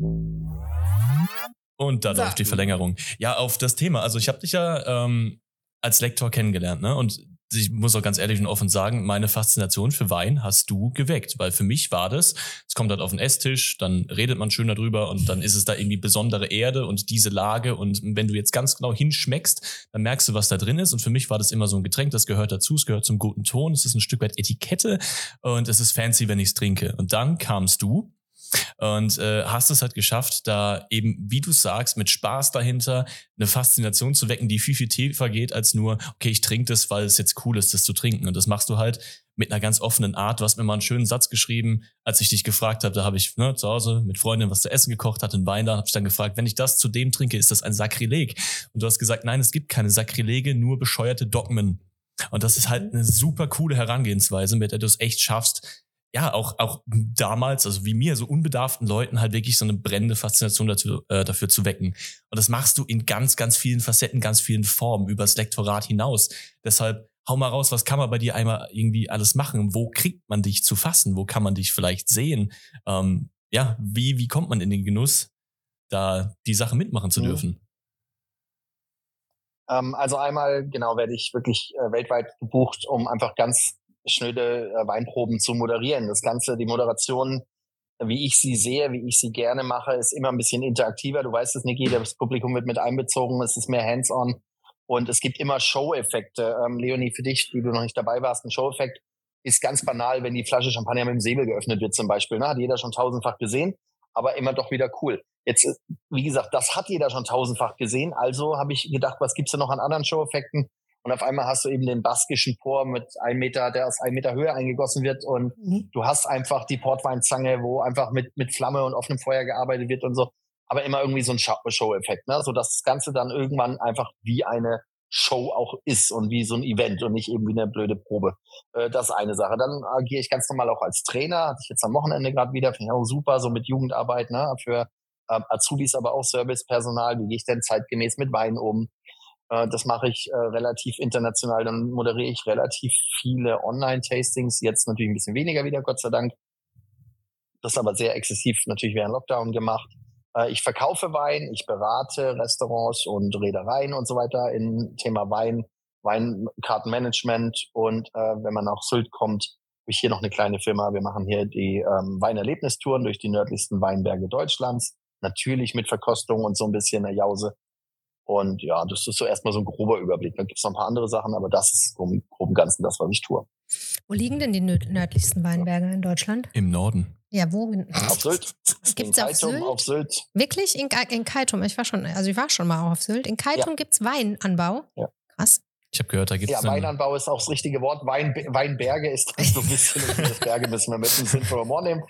Und da So. läuft die Verlängerung. Ja, auf das Thema. Also ich habe dich ja ähm, als Lektor kennengelernt, ne? Und ich muss auch ganz ehrlich und offen sagen, meine Faszination für Wein hast du geweckt. Weil für mich war das, es kommt halt auf den Esstisch, dann redet man schön darüber und dann ist es da irgendwie besondere Erde und diese Lage. Und wenn du jetzt ganz genau hinschmeckst, dann merkst du, was da drin ist. Und für mich war das immer so ein Getränk, das gehört dazu, es gehört zum guten Ton, es ist ein Stück weit Etikette und es ist fancy, wenn ich es trinke. Und dann kamst du und äh, hast es halt geschafft, da eben, wie du sagst, mit Spaß dahinter eine Faszination zu wecken, die viel, viel tiefer geht als nur, okay, ich trinke das, weil es jetzt cool ist, das zu trinken. Und das machst du halt mit einer ganz offenen Art. Du hast mir mal einen schönen Satz geschrieben, als ich dich gefragt habe, da habe ich ne, zu Hause mit Freundin was zu essen gekocht, hatte einen Wein da, habe ich dann gefragt, wenn ich das zu dem trinke, ist das ein Sakrileg? Und du hast gesagt, nein, es gibt keine Sakrilege, nur bescheuerte Dogmen. Und das ist halt eine super coole Herangehensweise, mit der du es echt schaffst, ja, auch, auch damals, also wie mir, so unbedarften Leuten halt wirklich so eine brennende Faszination dazu, äh, dafür zu wecken. Und das machst du in ganz, ganz vielen Facetten, ganz vielen Formen, übers Lektorat hinaus. Deshalb hau mal raus, was kann man bei dir einmal irgendwie alles machen? Wo kriegt man dich zu fassen? Wo kann man dich vielleicht sehen? Ähm, ja, wie, wie kommt man in den Genuss, da die Sache mitmachen zu dürfen? Ähm, also einmal, genau, werde ich wirklich äh, weltweit gebucht, um einfach ganz schnöde äh, Weinproben zu moderieren. Das Ganze, die Moderation, wie ich sie sehe, wie ich sie gerne mache, ist immer ein bisschen interaktiver. Du weißt es, Niki, das Publikum wird mit einbezogen, es ist mehr hands-on und es gibt immer Show-Effekte. Ähm, Leonie, für dich, die du noch nicht dabei warst, ein Show-Effekt ist ganz banal, wenn die Flasche Champagner mit dem Säbel geöffnet wird zum Beispiel. Ne? Hat jeder schon tausendfach gesehen, aber immer doch wieder cool. Jetzt, wie gesagt, das hat jeder schon tausendfach gesehen, also habe ich gedacht, was gibt's denn noch an anderen Show-Effekten? Und auf einmal hast du eben den baskischen Pour mit einem Meter, der aus einem Meter Höhe eingegossen wird. Und mhm. du hast einfach die Portweinzange, wo einfach mit, mit Flamme und offenem Feuer gearbeitet wird und so. Aber immer irgendwie so ein Show-Effekt, ne? So dass das Ganze dann irgendwann einfach wie eine Show auch ist und wie so ein Event und nicht eben wie eine blöde Probe. Äh, das ist eine Sache. Dann agiere ich ganz normal auch als Trainer. Hatte ich jetzt am Wochenende gerade wieder. Finde ich auch super, so mit Jugendarbeit, ne? Für äh, Azubis, aber auch Servicepersonal. Wie gehe ich denn zeitgemäß mit Wein um? Das mache ich äh, relativ international. Dann moderiere ich relativ viele Online-Tastings. Jetzt natürlich ein bisschen weniger wieder, Gott sei Dank. Das ist aber sehr exzessiv natürlich während Lockdown gemacht. Äh, ich verkaufe Wein, ich berate Restaurants und Reedereien und so weiter in Thema Wein, Weinkartenmanagement. Und äh, wenn man nach Sylt kommt, habe ich hier noch eine kleine Firma. Wir machen hier die ähm, Weinerlebnistouren durch die nördlichsten Weinberge Deutschlands. Natürlich mit Verkostung und so ein bisschen eine Jause. Und ja, das ist so erstmal so ein grober Überblick. Dann gibt es noch ein paar andere Sachen, aber das ist im groben Ganzen das, was ich tue. Wo liegen denn die nördlichsten Weinberge in Deutschland? Im Norden. Ja, wo? Auf Sylt. Gibt's auf Sylt? auf Sylt? Wirklich? In, in Keitum? Ich war schon, also ich war schon mal auf Sylt. In Keitum ja. Gibt's Weinanbau? Ja. Krass. Ich habe gehört, da gibt's Ja, Weinanbau ist auch das richtige Wort. Wein, Weinberge ist dann so ein bisschen, das Berge müssen wir mit dem Sinn von Humor nehmen.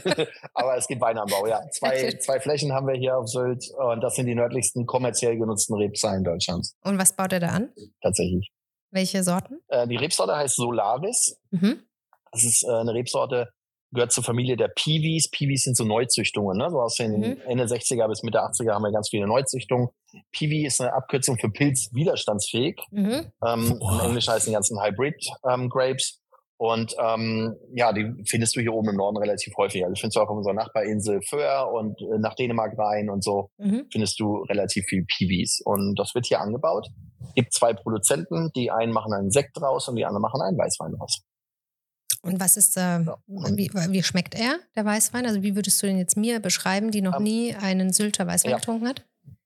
Aber es gibt Weinanbau, ja. Zwei, zwei Flächen haben wir hier auf Sylt und das sind die nördlichsten kommerziell genutzten Rebseen Deutschlands. Und was baut er da an? Tatsächlich. Welche Sorten? Äh, die Rebsorte heißt Solaris. Mhm. Das ist äh, eine Rebsorte, gehört zur Familie der Piwis. Piwis sind so Neuzüchtungen, ne? So aus den mhm. Ende sechziger bis Mitte achtziger haben wir ganz viele Neuzüchtungen. Piwi ist eine Abkürzung für Pilz widerstandsfähig. Mhm. Ähm, Im Englisch heißen die ganzen Hybrid ähm, Grapes. Und ähm, ja, die findest du hier oben im Norden relativ häufig. Also findest du auch auf unserer Nachbarinsel Föhr und äh, nach Dänemark rein und so mhm. findest du relativ viel Piwis. Und das wird hier angebaut. Gibt zwei Produzenten, die einen machen einen Sekt draus und die anderen machen einen Weißwein draus. Und was ist, äh, ja. wie, wie schmeckt er, der Weißwein? Also wie würdest du den jetzt mir beschreiben, die noch ähm, nie einen Sylter Weißwein ja. getrunken hat?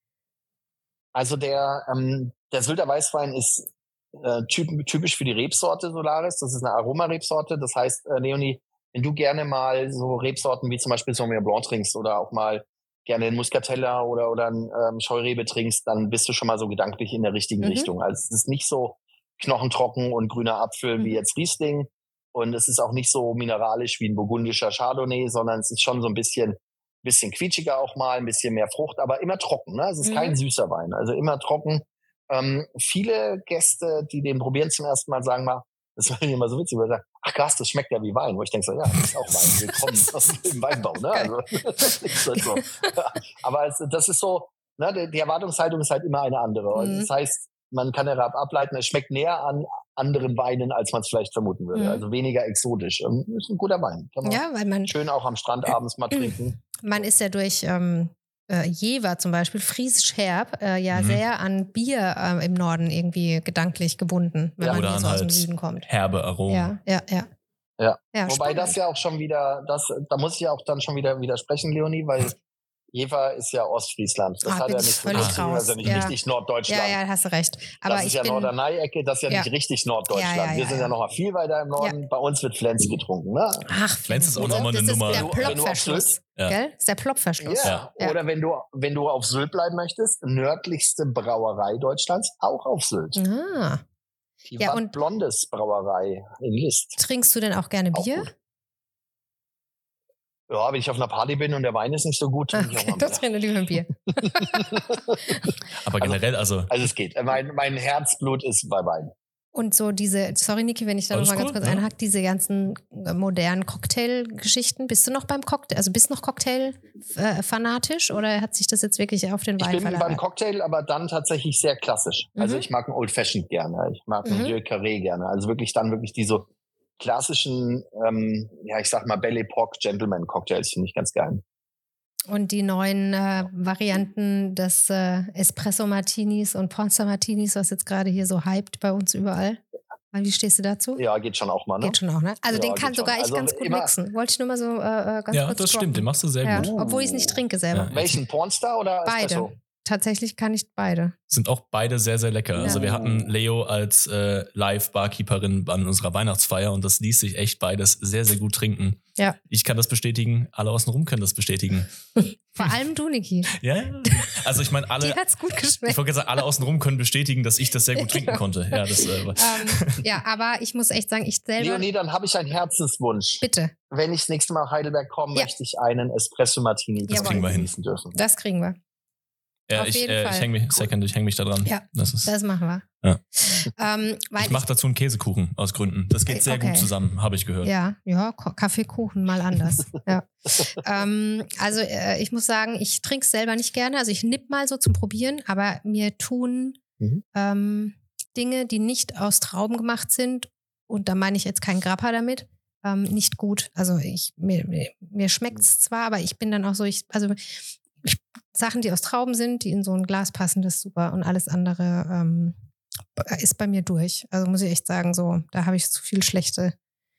Also der, ähm, der Sylter Weißwein ist äh, typisch für die Rebsorte Solaris. Das ist eine Aromarebsorte. Das heißt, äh, Leonie, wenn du gerne mal so Rebsorten wie zum Beispiel Sauvignon Blanc trinkst oder auch mal gerne einen Muscatella oder, oder einen ähm, Scheurebe trinkst, dann bist du schon mal so gedanklich in der richtigen mhm. Richtung. Also es ist nicht so knochentrocken und grüner Apfel mhm. wie jetzt Riesling. Und es ist auch nicht so mineralisch wie ein burgundischer Chardonnay, sondern es ist schon so ein bisschen, bisschen quietschiger auch mal, ein bisschen mehr Frucht, aber immer trocken. Ne? Es ist mhm. kein süßer Wein, also immer trocken. Ähm, viele Gäste, die den probieren zum ersten Mal, sagen mal, das war immer so witzig, weil sie sagen, ach krass, das schmeckt ja wie Wein. Wo ich denke so, ja, das ist auch Wein. Willkommen aus dem Weinbau. Ne? Also, das ist halt so. Aber es, das ist so, ne, die, die Erwartungshaltung ist halt immer eine andere. Mhm. Das heißt, man kann darauf ableiten, es schmeckt näher an anderen Weinen, als man es vielleicht vermuten würde. Mhm. Also weniger exotisch. Ist ein guter Wein. Kann man, ja, weil man schön auch am Strand abends mal trinken. Man ist ja durch ähm, äh, Jever zum Beispiel, friesisch herb, äh, ja mhm. sehr an Bier äh, im Norden irgendwie gedanklich gebunden, wenn ja. man Oder hier so halt aus dem Süden kommt. Herbe Aromen. Ja, ja, ja. Ja. ja Wobei spannend. das ja auch schon wieder, das, da muss ich ja auch dann schon wieder widersprechen, Leonie, weil Jever ist ja Ostfriesland. Das ah, hat bin ja ich nicht völlig so raus. also nicht ja. richtig Norddeutschland. Ja, ja, hast du recht. Aber das ist ich ja bin, Norderney-Ecke, das ist ja, ja nicht richtig Norddeutschland. Ja, ja, Wir ja, sind ja, ja noch mal viel weiter im Norden. Ja. Bei uns wird Flens getrunken. Ne? Ach, Flens ist auch nochmal eine das Nummer. Das ist der Plopverschluss. Ja. Gell? Das ist der Plopverschluss. Ja. ja. Oder wenn du, wenn du auf Sylt bleiben möchtest, nördlichste Brauerei Deutschlands, auch auf Sylt. Ah. Die ja, und Blondes Brauerei in List. Trinkst du denn auch gerne Bier? Auch ja, wenn ich auf einer Party bin und der Wein ist nicht so gut, trinke okay, ich auch mal Bier. Das trinke ich lieber ein Bier. Aber generell, also... Also es geht. Mein, mein Herzblut ist bei Wein. Und so diese, sorry Niki, wenn ich da nochmal ganz kurz ja. einhacke, diese ganzen modernen Cocktail-Geschichten, bist du noch beim Cocktail, also bist du noch Cocktail-fanatisch oder hat sich das jetzt wirklich auf den Wein verlagert? Ich bin verlagert? beim Cocktail, aber dann tatsächlich sehr klassisch. Mhm. Also ich mag einen Old Fashioned gerne, ich mag einen mhm. Vieux Carré gerne. Also wirklich dann wirklich diese klassischen, ähm, ja ich sag mal Belle Epoque Gentleman Cocktails finde ich ganz geil. Und die neuen äh, Varianten des äh, Espresso Martinis und Ponza Martinis, was jetzt gerade hier so hypt bei uns überall. Wie stehst du dazu? Ja, geht schon auch mal, ne? Geht schon auch, ne? Also ja, den kann sogar schon. ich ganz also gut mixen. Wollte ich nur mal so äh, ganz ja, kurz Ja, das droppen. stimmt, den machst du sehr ja. gut. Obwohl ich es nicht trinke selber. Ja. Welchen, Pornstar oder Espresso? Beide. Tatsächlich kann ich beide. Sind auch beide sehr, sehr lecker. Ja. Also wir hatten Leo als äh, Live-Barkeeperin an unserer Weihnachtsfeier und das ließ sich echt beides sehr, sehr gut trinken. Ja. Ich kann das bestätigen, alle außenrum können das bestätigen. Vor allem du, Niki. Ja, also ich meine, alle... Dir hat's gut geschmeckt. Ich wollte sagen, alle außenrum können bestätigen, dass ich das sehr gut trinken konnte. Ja, das, äh, ähm, ja, aber ich muss echt sagen, ich selber... Leonie, dann habe ich einen Herzenswunsch. Bitte. Wenn ich das nächste Mal nach Heidelberg komme, ja. möchte ich einen Espresso Martini das kriegen wir hin. dürfen. Das kriegen wir. Ja, Auf ich, jeden äh, Fall. ich hänge mich, second, ich häng mich da dran. Ja, das, ist, das machen wir. Ja. Ähm, weil ich mache dazu einen Käsekuchen aus Gründen. Das geht sehr okay. gut zusammen, habe ich gehört. Ja, ja, Kaffeekuchen mal anders. ja. ähm, also äh, ich muss sagen, ich trinke es selber nicht gerne. Also ich nipp mal so zum Probieren, aber mir tun mhm. ähm, Dinge, die nicht aus Trauben gemacht sind, und da meine ich jetzt keinen Grappa damit, ähm, nicht gut. Also ich mir, mir, mir schmeckt es zwar, aber ich bin dann auch so, ich, also ich, Sachen, die aus Trauben sind, die in so ein Glas passen, das ist super. Und alles andere ähm, ist bei mir durch. Also muss ich echt sagen, so, da habe ich zu viel schlechte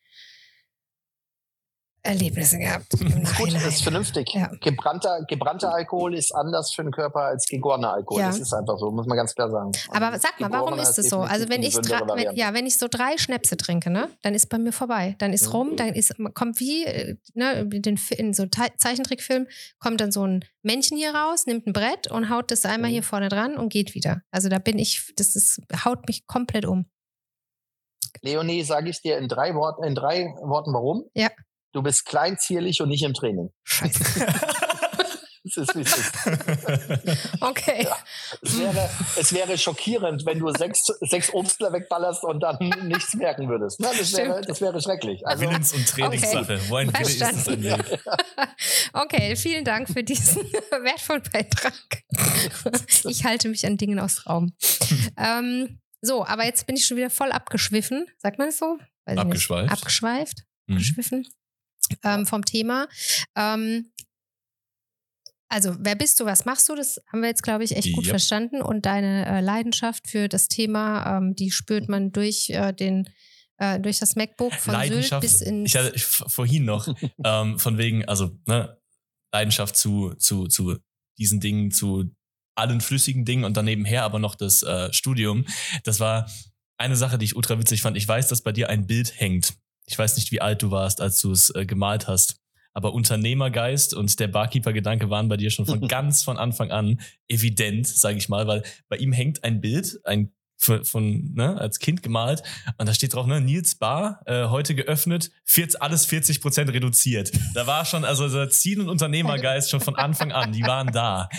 Erlebnisse gehabt. Ist gut, das ist vernünftig. Ja. Gebrannter, gebrannter Alkohol ist anders für den Körper als gegorener Alkohol. Ja. Das ist einfach so, muss man ganz klar sagen. Aber sag mal, warum ist es so? Also wenn ich, wenn, ja, wenn ich so drei Schnäpse trinke, ne, dann ist bei mir vorbei. Dann ist mhm. rum, dann ist, kommt wie, ne, den, in so Zeichentrickfilm kommt dann so ein Männchen hier raus, nimmt ein Brett und haut das einmal mhm. hier vorne dran und geht wieder. Also da bin ich, das ist, haut mich komplett um. Leonie, sage ich dir in drei Worten, in drei Worten warum? Ja. Du bist klein, zierlich und nicht im Training. Scheiße. Das ist, wie es ist. Okay. Ja. Es, wäre, es wäre schockierend, wenn du sechs, sechs Obstler wegballerst und dann nichts merken würdest. Na, das, wäre, das wäre schrecklich. Also, Willens- und Trainingssache. Okay. Wo ein Wille ist, ist ein Weg. Okay, vielen Dank für diesen wertvollen Beitrag. Ich halte mich an Dingen aus Raum. ähm, so, aber jetzt bin ich schon wieder voll abgeschwiffen. Sagt man das so? weiß abgeschweift. Nicht, abgeschweift, mhm. abgeschwiffen ähm, vom Thema. Ähm, also, wer bist du, was machst du? Das haben wir jetzt, glaube ich, echt gut yep. verstanden. Und deine äh, Leidenschaft für das Thema, ähm, die spürt man durch äh, den äh, durch das MacBook von Sylt bis ins... Ich hatte ich, vorhin noch ähm, von wegen, also ne, Leidenschaft zu, zu, zu diesen Dingen, zu allen flüssigen Dingen und dann nebenher aber noch das äh, Studium. Das war eine Sache, die ich ultra witzig fand. Ich weiß, dass bei dir ein Bild hängt. Ich weiß nicht, wie alt du warst, als du es äh, gemalt hast. Aber Unternehmergeist und der Barkeeper-Gedanke waren bei dir schon von ganz von Anfang an evident, sage ich mal, weil bei ihm hängt ein Bild, ein von, von ne, als Kind gemalt und da steht drauf, ne, Nils Bar, äh, heute geöffnet, vierzig, alles vierzig Prozent reduziert. Da war schon, also der Ziel- und Unternehmergeist schon von Anfang an, die waren da.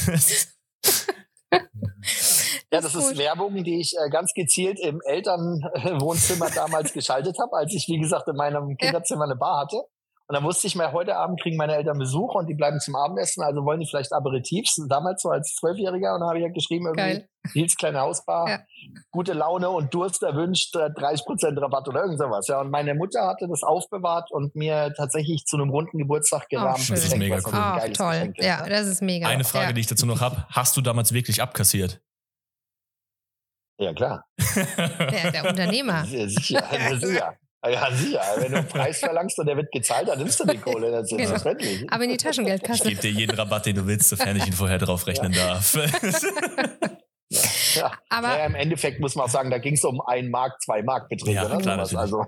Ja, das ist Werbung, die ich äh, ganz gezielt im Elternwohnzimmer damals geschaltet habe, als ich, wie gesagt, in meinem Kinderzimmer eine Bar hatte. Und dann wusste ich mir, heute Abend kriegen meine Eltern Besuch und die bleiben zum Abendessen, also wollen die vielleicht Aperitifs, damals so als Zwölfjähriger. Und dann habe ich ja geschrieben, irgendwie, Nils kleine Hausbar, ja. Gute Laune und Durst erwünscht, dreißig Prozent Rabatt oder irgend sowas. Ja, und meine Mutter hatte das aufbewahrt und mir tatsächlich zu einem runden Geburtstag gerahmt. Oh, das ist mega cool. Oh, toll. Ist, ja, das ist mega. Eine Frage, ja. die ich dazu noch habe, hast du damals wirklich abkassiert? Ja, klar. Ja, der Unternehmer. Ja, sicher, sicher. Ja, sicher. Wenn du einen Preis verlangst und der wird gezahlt, dann nimmst du die Kohle. Das ist genau. Selbstverständlich. Aber in die Taschengeldkasse. Ich gebe dir jeden Rabatt, den du willst, sofern ich ihn vorher draufrechnen ja. darf. Ja. Ja. Aber naja, im Endeffekt muss man auch sagen, da ging es um ein Mark, zwei Mark Beträge. Ja, oder klar, sowas. Also.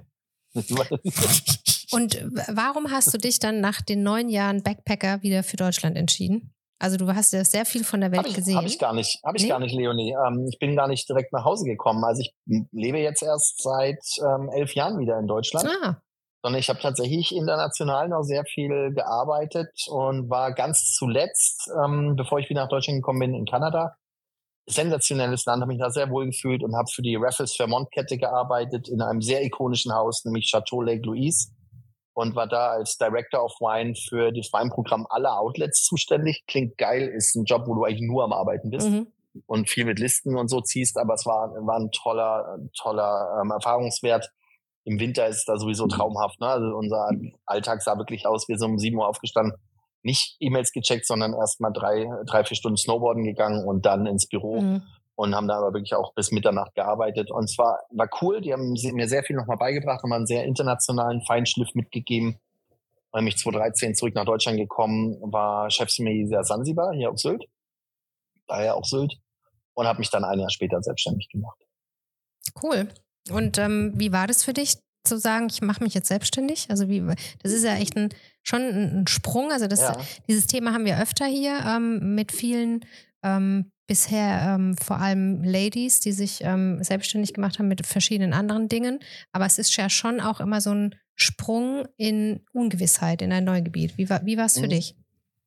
Und warum hast du dich dann nach den neun Jahren Backpacker wieder für Deutschland entschieden? Also du hast ja sehr viel von der Welt hab ich, gesehen. Habe ich gar nicht, habe ich nee? gar nicht, Leonie. Ähm, ich bin gar nicht direkt nach Hause gekommen. Also ich lebe jetzt erst seit ähm, elf Jahren wieder in Deutschland. Ah. Sondern ich habe tatsächlich international noch sehr viel gearbeitet und war ganz zuletzt, ähm, bevor ich wieder nach Deutschland gekommen bin, in Kanada. Sensationelles Land, habe mich da sehr wohl gefühlt und habe für die Raffles Vermont Kette gearbeitet in einem sehr ikonischen Haus, nämlich Chateau Lake Louise. Und war da als Director of Wine für das Weinprogramm aller Outlets zuständig. Klingt geil, ist ein Job, wo du eigentlich nur am Arbeiten bist mhm. und viel mit Listen und so ziehst, aber es war, war ein toller, toller ähm, Erfahrungswert. Im Winter ist es da sowieso traumhaft. Ne? Also unser Alltag sah wirklich aus, wir sind um sieben Uhr aufgestanden, nicht E-Mails gecheckt, sondern erst mal drei, drei, vier Stunden Snowboarden gegangen und dann ins Büro. Mhm. Und haben da aber wirklich auch bis Mitternacht gearbeitet. Und es war, war cool, die haben mir sehr viel nochmal beigebracht, haben einen sehr internationalen Feinschliff mitgegeben. Bin mich zwanzig dreizehn zurück nach Deutschland gekommen, war Chefsommelier Sansibar hier auf Sylt, daher auch Sylt, und habe mich dann ein Jahr später selbstständig gemacht. Cool. Und ähm, wie war das für dich, zu sagen, ich mache mich jetzt selbstständig? Also wie, das ist ja echt ein, schon ein Sprung. Also das, ja. dieses Thema haben wir öfter hier ähm, mit vielen ähm, bisher ähm, vor allem Ladies, die sich ähm, selbstständig gemacht haben mit verschiedenen anderen Dingen. Aber es ist ja schon auch immer so ein Sprung in Ungewissheit, in ein neues Gebiet. Wie war wie war es für mhm. dich?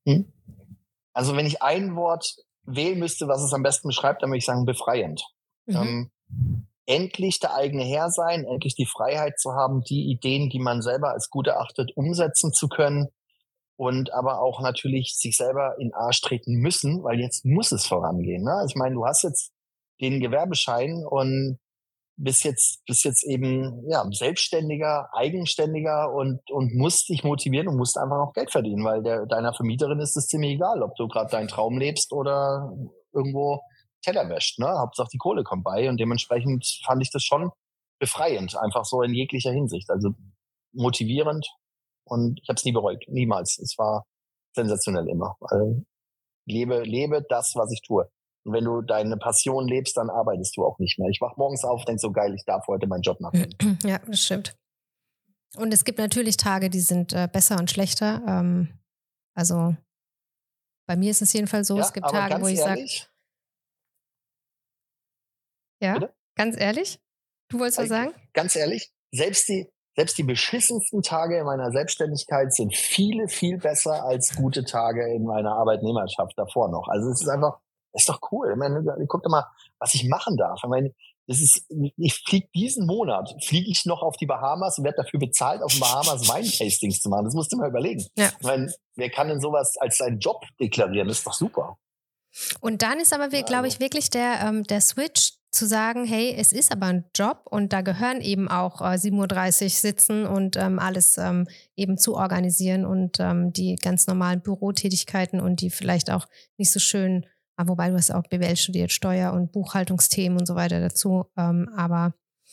Also wenn ich ein Wort wählen müsste, was es am besten beschreibt, dann würde ich sagen befreiend. Mhm. Ähm, endlich der eigene Herr sein, endlich die Freiheit zu haben, die Ideen, die man selber als gut erachtet, umsetzen zu können. Und aber auch natürlich sich selber in den Arsch treten müssen, weil jetzt muss es vorangehen. Ne? Ich meine, du hast jetzt den Gewerbeschein und bist jetzt, bist jetzt eben ja, selbstständiger, eigenständiger und, und musst dich motivieren und musst einfach noch Geld verdienen, weil der, deiner Vermieterin ist es ziemlich egal, ob du gerade deinen Traum lebst oder irgendwo Teller wäscht. Ne? Hauptsache die Kohle kommt bei und dementsprechend fand ich das schon befreiend, einfach so in jeglicher Hinsicht. Also motivierend. Und ich habe es nie bereut, niemals. Es war sensationell immer. Also, lebe, lebe das, was ich tue. Und wenn du deine Passion lebst, dann arbeitest du auch nicht mehr. Ich wach morgens auf, denk so geil, ich darf heute meinen Job nachgehen. Ja, das stimmt. Und es gibt natürlich Tage, die sind äh, besser und schlechter. Ähm, also bei mir ist es jedenfalls so, ja, es gibt Tage, wo ich sage... Ja, Bitte? Ganz ehrlich? Du wolltest was sagen? Ganz ehrlich, selbst die Selbst die beschissensten Tage in meiner Selbstständigkeit sind viele, viel besser als gute Tage in meiner Arbeitnehmerschaft davor noch. Also es ist einfach, das ist doch cool. Ich meine, guck doch mal, was ich machen darf. Ich meine, das ist, ich fliege diesen Monat, fliege ich noch auf die Bahamas und werde dafür bezahlt, auf den Bahamas Weintastings zu machen. Das musst du mal überlegen. Ja. Ich meine, wer kann denn sowas als seinen Job deklarieren? Das ist doch super. Und dann ist aber, glaube ich, wirklich der, ähm, der Switch zu sagen, hey, es ist aber ein Job und da gehören eben auch äh, sieben Uhr dreißig sitzen und ähm, alles ähm, eben zu organisieren und ähm, die ganz normalen Bürotätigkeiten und die vielleicht auch nicht so schön, ah, wobei du hast auch B W L studiert, Steuer- und Buchhaltungsthemen und so weiter dazu, ähm, aber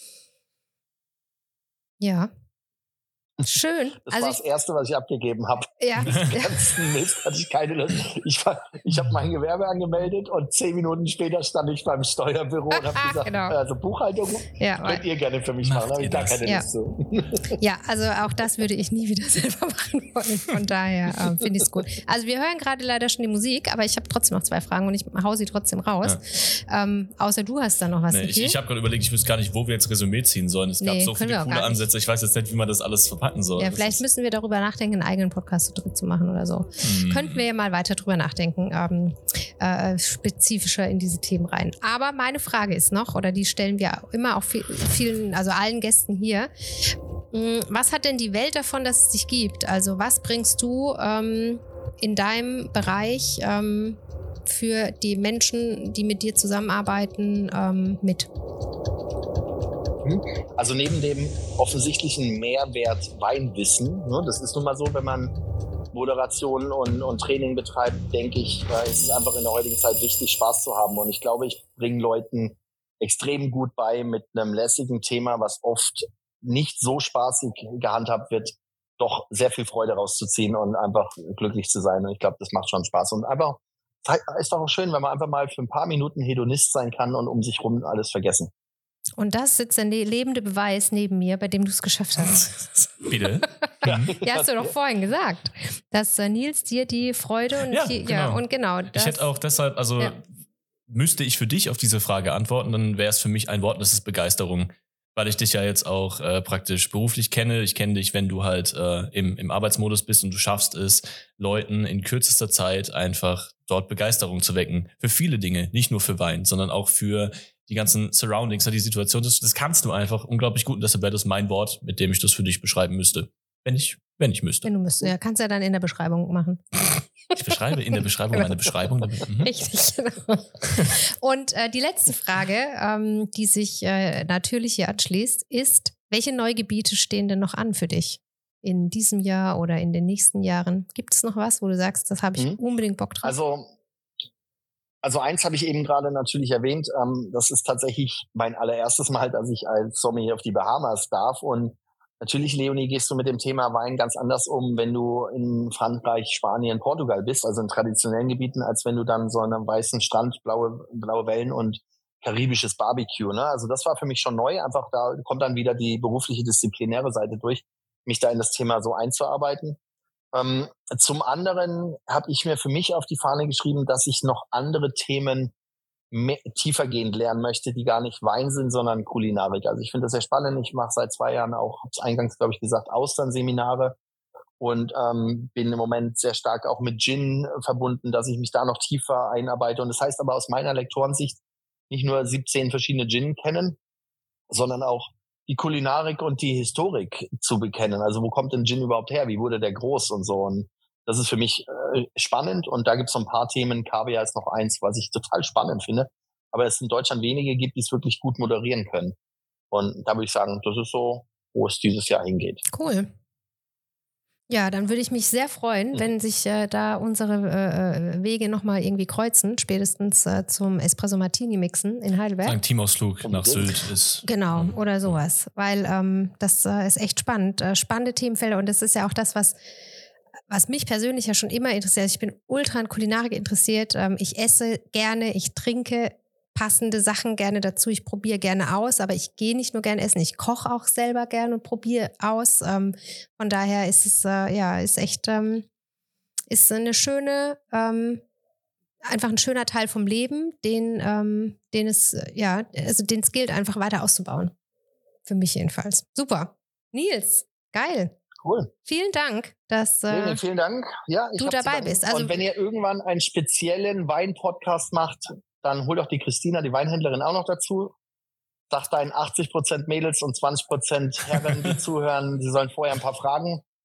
ja, schön. Das also war ich, das Erste, was ich abgegeben habe. ja, Den ganzen Mist hatte ich keine Lust. Ich, war- ich habe mein Gewerbe angemeldet und zehn Minuten später stand ich beim Steuerbüro und habe gesagt, Genau. also Buchhaltung ja, könnt ihr gerne für mich Macht machen. Da habe ihr ich gar das? keine Ja. Lust zu. ja, also auch das würde ich nie wieder selber machen wollen. Von daher ähm, finde ich es gut. Also wir hören gerade leider schon die Musik, aber ich habe trotzdem noch zwei Fragen und ich hau sie trotzdem raus. Ähm, außer du hast da noch was. Nee, ich ich habe gerade überlegt, ich wüsste gar nicht, wo wir jetzt Resümee ziehen sollen. Es gab Nee, so können wir viele auch coole gar nicht. Ansätze. Ich weiß jetzt nicht, wie man das alles verpacken soll. Ja, Das vielleicht ist- müssen wir darüber nachdenken, einen eigenen Podcast zu dritt zu machen oder so. Hm. Könnten wir ja mal weiter drüber nachdenken, ähm, äh, spezifischer in diese Themen rein. Aber meine Frage ist noch, oder die stellen wir immer auch viel, vielen, also allen Gästen hier. Mh, Was hat denn die Welt davon, dass es dich gibt? Also was bringst du ähm, in deinem Bereich ähm, für die Menschen, die mit dir zusammenarbeiten, ähm, mit? Also neben dem offensichtlichen Mehrwert Weinwissen, ne, das ist nun mal so, wenn man Moderation und, und Training betreibt, denke ich, äh, ist es einfach in der heutigen Zeit wichtig, Spaß zu haben. Und ich glaube, ich bringe Leuten extrem gut bei, mit einem lässigen Thema, was oft nicht so spaßig gehandhabt wird, doch sehr viel Freude rauszuziehen und einfach glücklich zu sein. Und ich glaube, das macht schon Spaß. Und einfach, ist doch auch schön, wenn man einfach mal für ein paar Minuten Hedonist sein kann und um sich rum alles vergessen. Und das sitzt der lebende Beweis neben mir, bei dem du es geschafft hast. Bitte? Ja. Hm. Ja, hast du doch vorhin gesagt, dass äh, Nils dir die Freude und Ja, die, genau. ja und genau. Das, Ich hätte auch deshalb, also Ja. müsste ich für dich auf diese Frage antworten, dann wäre es für mich ein Wort, das ist Begeisterung. Weil ich dich ja jetzt auch äh, praktisch beruflich kenne. Ich kenne dich, wenn du halt äh, im, im Arbeitsmodus bist und du schaffst es, Leuten in kürzester Zeit einfach dort Begeisterung zu wecken. Für viele Dinge, nicht nur für Wein, sondern auch für die ganzen Surroundings, die Situation. Das, das kannst du einfach unglaublich gut und deshalb wäre das mein Wort, mit dem ich das für dich beschreiben müsste. Wenn ich, wenn ich müsste. Wenn du müsstest, ja, kannst ja dann in der Beschreibung machen. Ich beschreibe in der Beschreibung meine Beschreibung. Damit, mhm. Richtig, genau. Und äh, die letzte Frage, ähm, die sich äh, natürlich hier anschließt, ist, welche Neugebiete stehen denn noch an für dich in diesem Jahr oder in den nächsten Jahren? Gibt es noch was, wo du sagst, das habe ich Mhm. unbedingt Bock drauf? Also, also eins habe ich eben gerade natürlich erwähnt, ähm, das ist tatsächlich mein allererstes Mal, dass ich als Sommelier auf die Bahamas darf. Und natürlich, Leonie, gehst du mit dem Thema Wein ganz anders um, wenn du in Frankreich, Spanien, Portugal bist, also in traditionellen Gebieten, als wenn du dann so an einem weißen Strand, blaue, blaue Wellen und karibisches Barbecue, ne? Also das war für mich schon neu. Einfach da kommt dann wieder die berufliche, disziplinäre Seite durch, mich da in das Thema so einzuarbeiten. Ähm, zum anderen habe ich mir für mich auf die Fahne geschrieben, dass ich noch andere Themen mehr, tiefergehend lernen möchte, die gar nicht Wein sind, sondern Kulinarik. Also ich finde das sehr spannend. Ich mache seit zwei Jahren auch, habe es eingangs, glaube ich, gesagt, Austernseminare und ähm, bin im Moment sehr stark auch mit Gin verbunden, dass ich mich da noch tiefer einarbeite. Und das heißt aber aus meiner Lektorensicht nicht nur siebzehn verschiedene Gin kennen, sondern auch die Kulinarik und die Historik zu bekennen. Also wo kommt denn Gin überhaupt her? Wie wurde der groß und so? Und das ist für mich äh, spannend. Und da gibt es so ein paar Themen. Kaviar ist noch eins, was ich total spannend finde. Aber es in Deutschland wenige gibt, die es wirklich gut moderieren können. Und da würde ich sagen, das ist so, wo es dieses Jahr hingeht. Cool. Ja, dann würde ich mich sehr freuen, wenn sich äh, da unsere äh, Wege nochmal irgendwie kreuzen, spätestens äh, zum Espresso Martini mixen in Heidelberg. Ein Teamausflug nach Sylt ist. Genau, oder sowas. Weil ähm, das äh, ist echt spannend. Äh, spannende Themenfelder und das ist ja auch das, was, was mich persönlich ja schon immer interessiert. Also ich bin ultra an Kulinarik interessiert. Ähm, ich esse gerne, ich trinke passende Sachen gerne dazu. Ich probiere gerne aus, aber ich gehe nicht nur gerne essen, ich koche auch selber gerne und probiere aus. Ähm, von daher ist es, äh, ja, ist echt, ähm, ist eine schöne, ähm, einfach ein schöner Teil vom Leben, den, ähm, den es, ja, also den es gilt, einfach weiter auszubauen. Für mich jedenfalls. Super. Nils, geil. Cool. Vielen Dank, dass äh, Lene, vielen Dank. Ja, ich du hab zu dabei danken. bist. Also- und wenn ihr irgendwann einen speziellen Wein-Podcast macht, dann hol doch die Christina, die Weinhändlerin, auch noch dazu. Sag deinen achtzig Prozent Mädels und zwanzig Prozent Herren, die zuhören, sie sollen vorher ein paar Fragen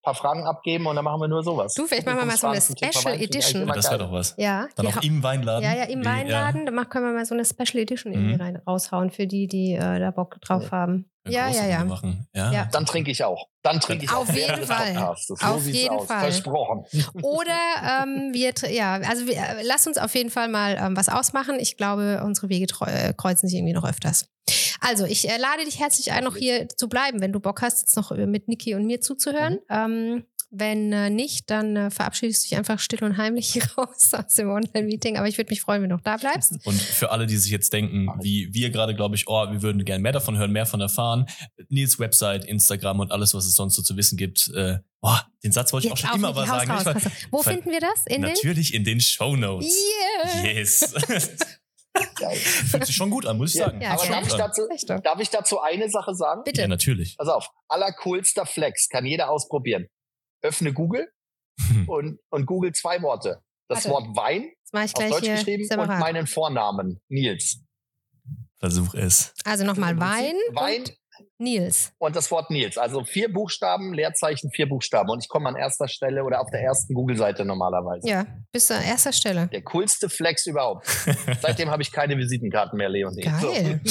paar Fragen abgeben und dann machen wir nur sowas. Du, vielleicht machen wir mal so eine Special Edition. Ja, das wäre doch was. Ja. Dann auch im Weinladen. Ja, ja, im Wie, Weinladen. Ja. Da können wir mal so eine Special Edition irgendwie Mhm. rein, raushauen für die, die äh, da Bock drauf Ja. haben. Ja, ja, ja. Machen. Ja. Ja. Dann trinke ich auch. Dann trinke ich Auf auch. jeden während des Fall. Podcastes. So Auf sieht's jeden aus. Fall. Versprochen. Oder ähm, wir, tr- ja, also wir, äh, lass uns auf jeden Fall mal ähm, was ausmachen. Ich glaube, unsere Wege treu- äh, kreuzen sich irgendwie noch öfters. Also, ich äh, lade dich herzlich ein, noch hier zu bleiben, wenn du Bock hast, jetzt noch äh, mit Niki und mir zuzuhören. Mhm. Ähm, wenn äh, nicht, dann äh, verabschiedest du dich einfach still und heimlich hier raus aus dem Online-Meeting. Aber ich würde mich freuen, wenn du noch da bleibst. Und für alle, die sich jetzt denken, wie wir gerade, glaube ich, oh, wir würden gerne mehr davon hören, mehr davon erfahren, Nils Website, Instagram und alles, was es sonst so zu wissen gibt. Äh, oh, den Satz wollte ich Jetzt auch schon immer Niki, mal haus sagen. raus, Ich war, haus raus. Wo ver- finden wir das? In natürlich in den Shownotes. den? Yeah! Yes. Geil. Fühlt sich schon gut an, muss ich Ja, sagen. Ja, Aber okay. darf ich, dazu, Echt doch. darf ich dazu eine Sache sagen? Bitte. Ja, natürlich. Pass auf, allercoolster Flex, kann jeder ausprobieren. Öffne Google und, und Google zwei Worte. Das Warte. Wort Wein, Das mache ich auf gleich Deutsch hier geschrieben, und separat. meinen Vornamen, Nils. Versuch es. Also nochmal Wein, Wein und Nils. und das Wort Nils. Also vier Buchstaben, Leerzeichen, vier Buchstaben. Und ich komme an erster Stelle oder auf der ersten Google-Seite normalerweise. Ja, bis an erster Stelle. Der coolste Flex überhaupt. Seitdem habe ich keine Visitenkarten mehr, Leonie. Geil.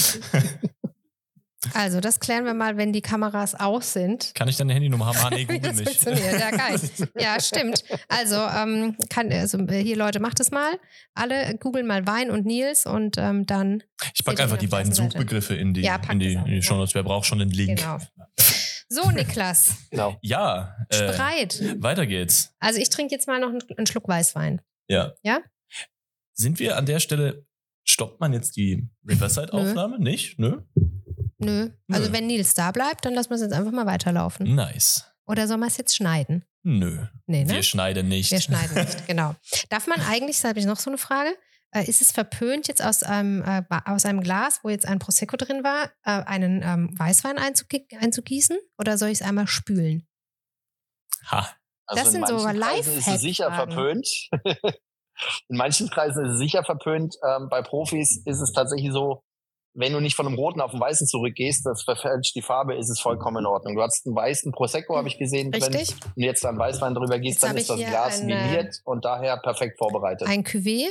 Also, das klären wir mal, wenn die Kameras aus sind. Kann ich deine Handynummer haben? Ah, nee, Wie Google das nicht. funktioniert. Ja, geil. Ja, stimmt. Also, ähm, kann, also, hier, Leute, macht es mal. Alle googeln mal Wein und Nils und ähm, dann. Ich packe Seht ihr einfach auf die der beiden ersten Seite. Suchbegriffe in die, Ja, pack in die, das auch, in die ja. Shownotes. Wer braucht schon den Link? Genau. So, Niklas, Genau. Ja, äh, Spreit. weiter geht's. Also, ich trinke jetzt mal noch einen, einen Schluck Weißwein. Ja. Ja? Sind wir an der Stelle, stoppt man jetzt die Riverside-Aufnahme? Nicht? Nö? Nö. Also, Nö. wenn Nils da bleibt, dann lassen wir es jetzt einfach mal weiterlaufen. Nice. Oder soll man es jetzt schneiden? Nö. Nee, ne? Wir schneiden nicht. Wir schneiden nicht, genau. Darf man eigentlich, da habe ich noch so eine Frage, äh, ist es verpönt, jetzt aus einem, äh, aus einem Glas, wo jetzt ein Prosecco drin war, äh, einen ähm, Weißwein einzugi- einzugießen? Oder soll ich es einmal spülen? Ha. Also Das in sind so manchen Kreisen ist es sicher Lifehack-Fragen. verpönt. In manchen Kreisen ist es sicher verpönt. Ähm, bei Profis ist es tatsächlich so, wenn du nicht von einem roten auf einen weißen zurückgehst, das verfälscht die Farbe, ist es vollkommen in Ordnung. Du hast einen weißen Prosecco, habe ich gesehen, drin. Richtig. Und jetzt dann Weißwein drüber gehst, Jetzt dann habe ist das ich hier Glas eine- nivelliert und daher perfekt vorbereitet. Ein Cuvée.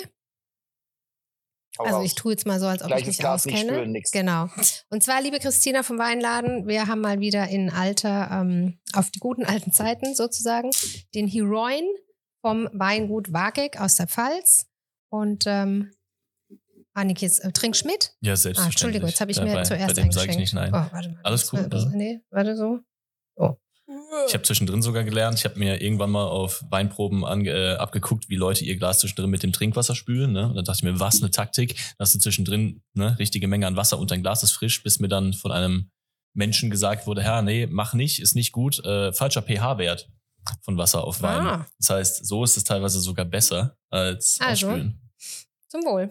Hau Also raus. ich tue jetzt mal so, als ob ich Gleiches mich Glas nicht auskenne. spülen, nix. Genau. Und zwar, liebe Christina vom Weinladen, wir haben mal wieder in alter, ähm, auf die guten alten Zeiten sozusagen, den Heroin vom Weingut Wageck aus der Pfalz. Und ähm, Annik, jetzt äh, trinkst du mit? Ja, Ah, selbstverständlich. Entschuldigung, jetzt habe ich Ja, mir bei, zuerst bei dem sage ich eingeschenkt. nicht nein. Oh, warte mal. Alles Das gut, war- also. Nee, warte so. Oh. Ich habe zwischendrin sogar gelernt, ich habe mir irgendwann mal auf Weinproben ange, äh, abgeguckt, wie Leute ihr Glas zwischendrin mit dem Trinkwasser spülen. Ne? Und dann dachte ich mir, was eine Taktik, dass du zwischendrin ne, richtige Menge an Wasser und dein Glas ist frisch, bis mir dann von einem Menschen gesagt wurde, Herr, nee, mach nicht, ist nicht gut, äh, falscher pH-Wert von Wasser auf Wein. Ah. Das heißt, so ist es teilweise sogar besser als Also. ausspülen. Zum Wohl.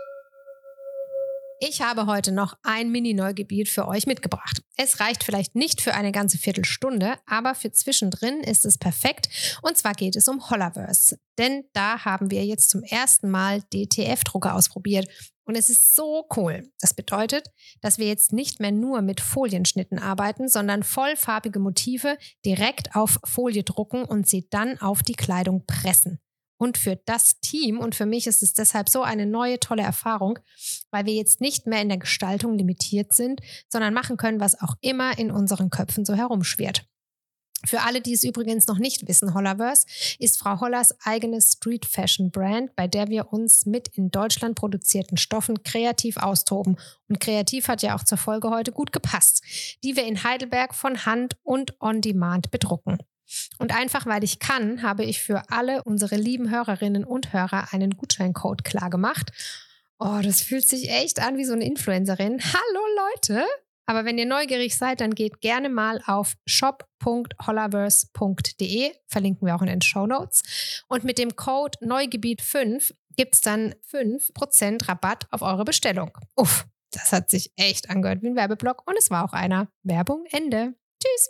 Ich habe heute noch ein Mini-Neugebiet für euch mitgebracht. Es reicht vielleicht nicht für eine ganze Viertelstunde, aber für zwischendrin ist es perfekt. Und zwar geht es um Hollaverse. Denn da haben wir jetzt zum ersten Mal D T F-Drucker ausprobiert. Und es ist so cool. Das bedeutet, dass wir jetzt nicht mehr nur mit Folienschnitten arbeiten, sondern vollfarbige Motive direkt auf Folie drucken und sie dann auf die Kleidung pressen. Und für das Team und für mich ist es deshalb so eine neue, tolle Erfahrung, weil wir jetzt nicht mehr in der Gestaltung limitiert sind, sondern machen können, was auch immer in unseren Köpfen so herumschwirrt. Für alle, die es übrigens noch nicht wissen, Hollaverse ist Frau Hollers eigenes Street-Fashion-Brand, bei der wir uns mit in Deutschland produzierten Stoffen kreativ austoben. Und kreativ hat ja auch zur Folge heute gut gepasst, die wir in Heidelberg von Hand und on Demand bedrucken. Und einfach, weil ich kann, habe ich für alle unsere lieben Hörerinnen und Hörer einen Gutscheincode klar gemacht. Oh, das fühlt sich echt an wie so eine Influencerin. Hallo Leute! Aber wenn ihr neugierig seid, dann geht gerne mal auf shop punkt hollaverse punkt de, verlinken wir auch in den Shownotes. Und mit dem Code Neugebiet fünf gibt es dann fünf Prozent Rabatt auf eure Bestellung. Uff, das hat sich echt angehört wie ein Werbeblock und es war auch einer. Werbung Ende. Tschüss!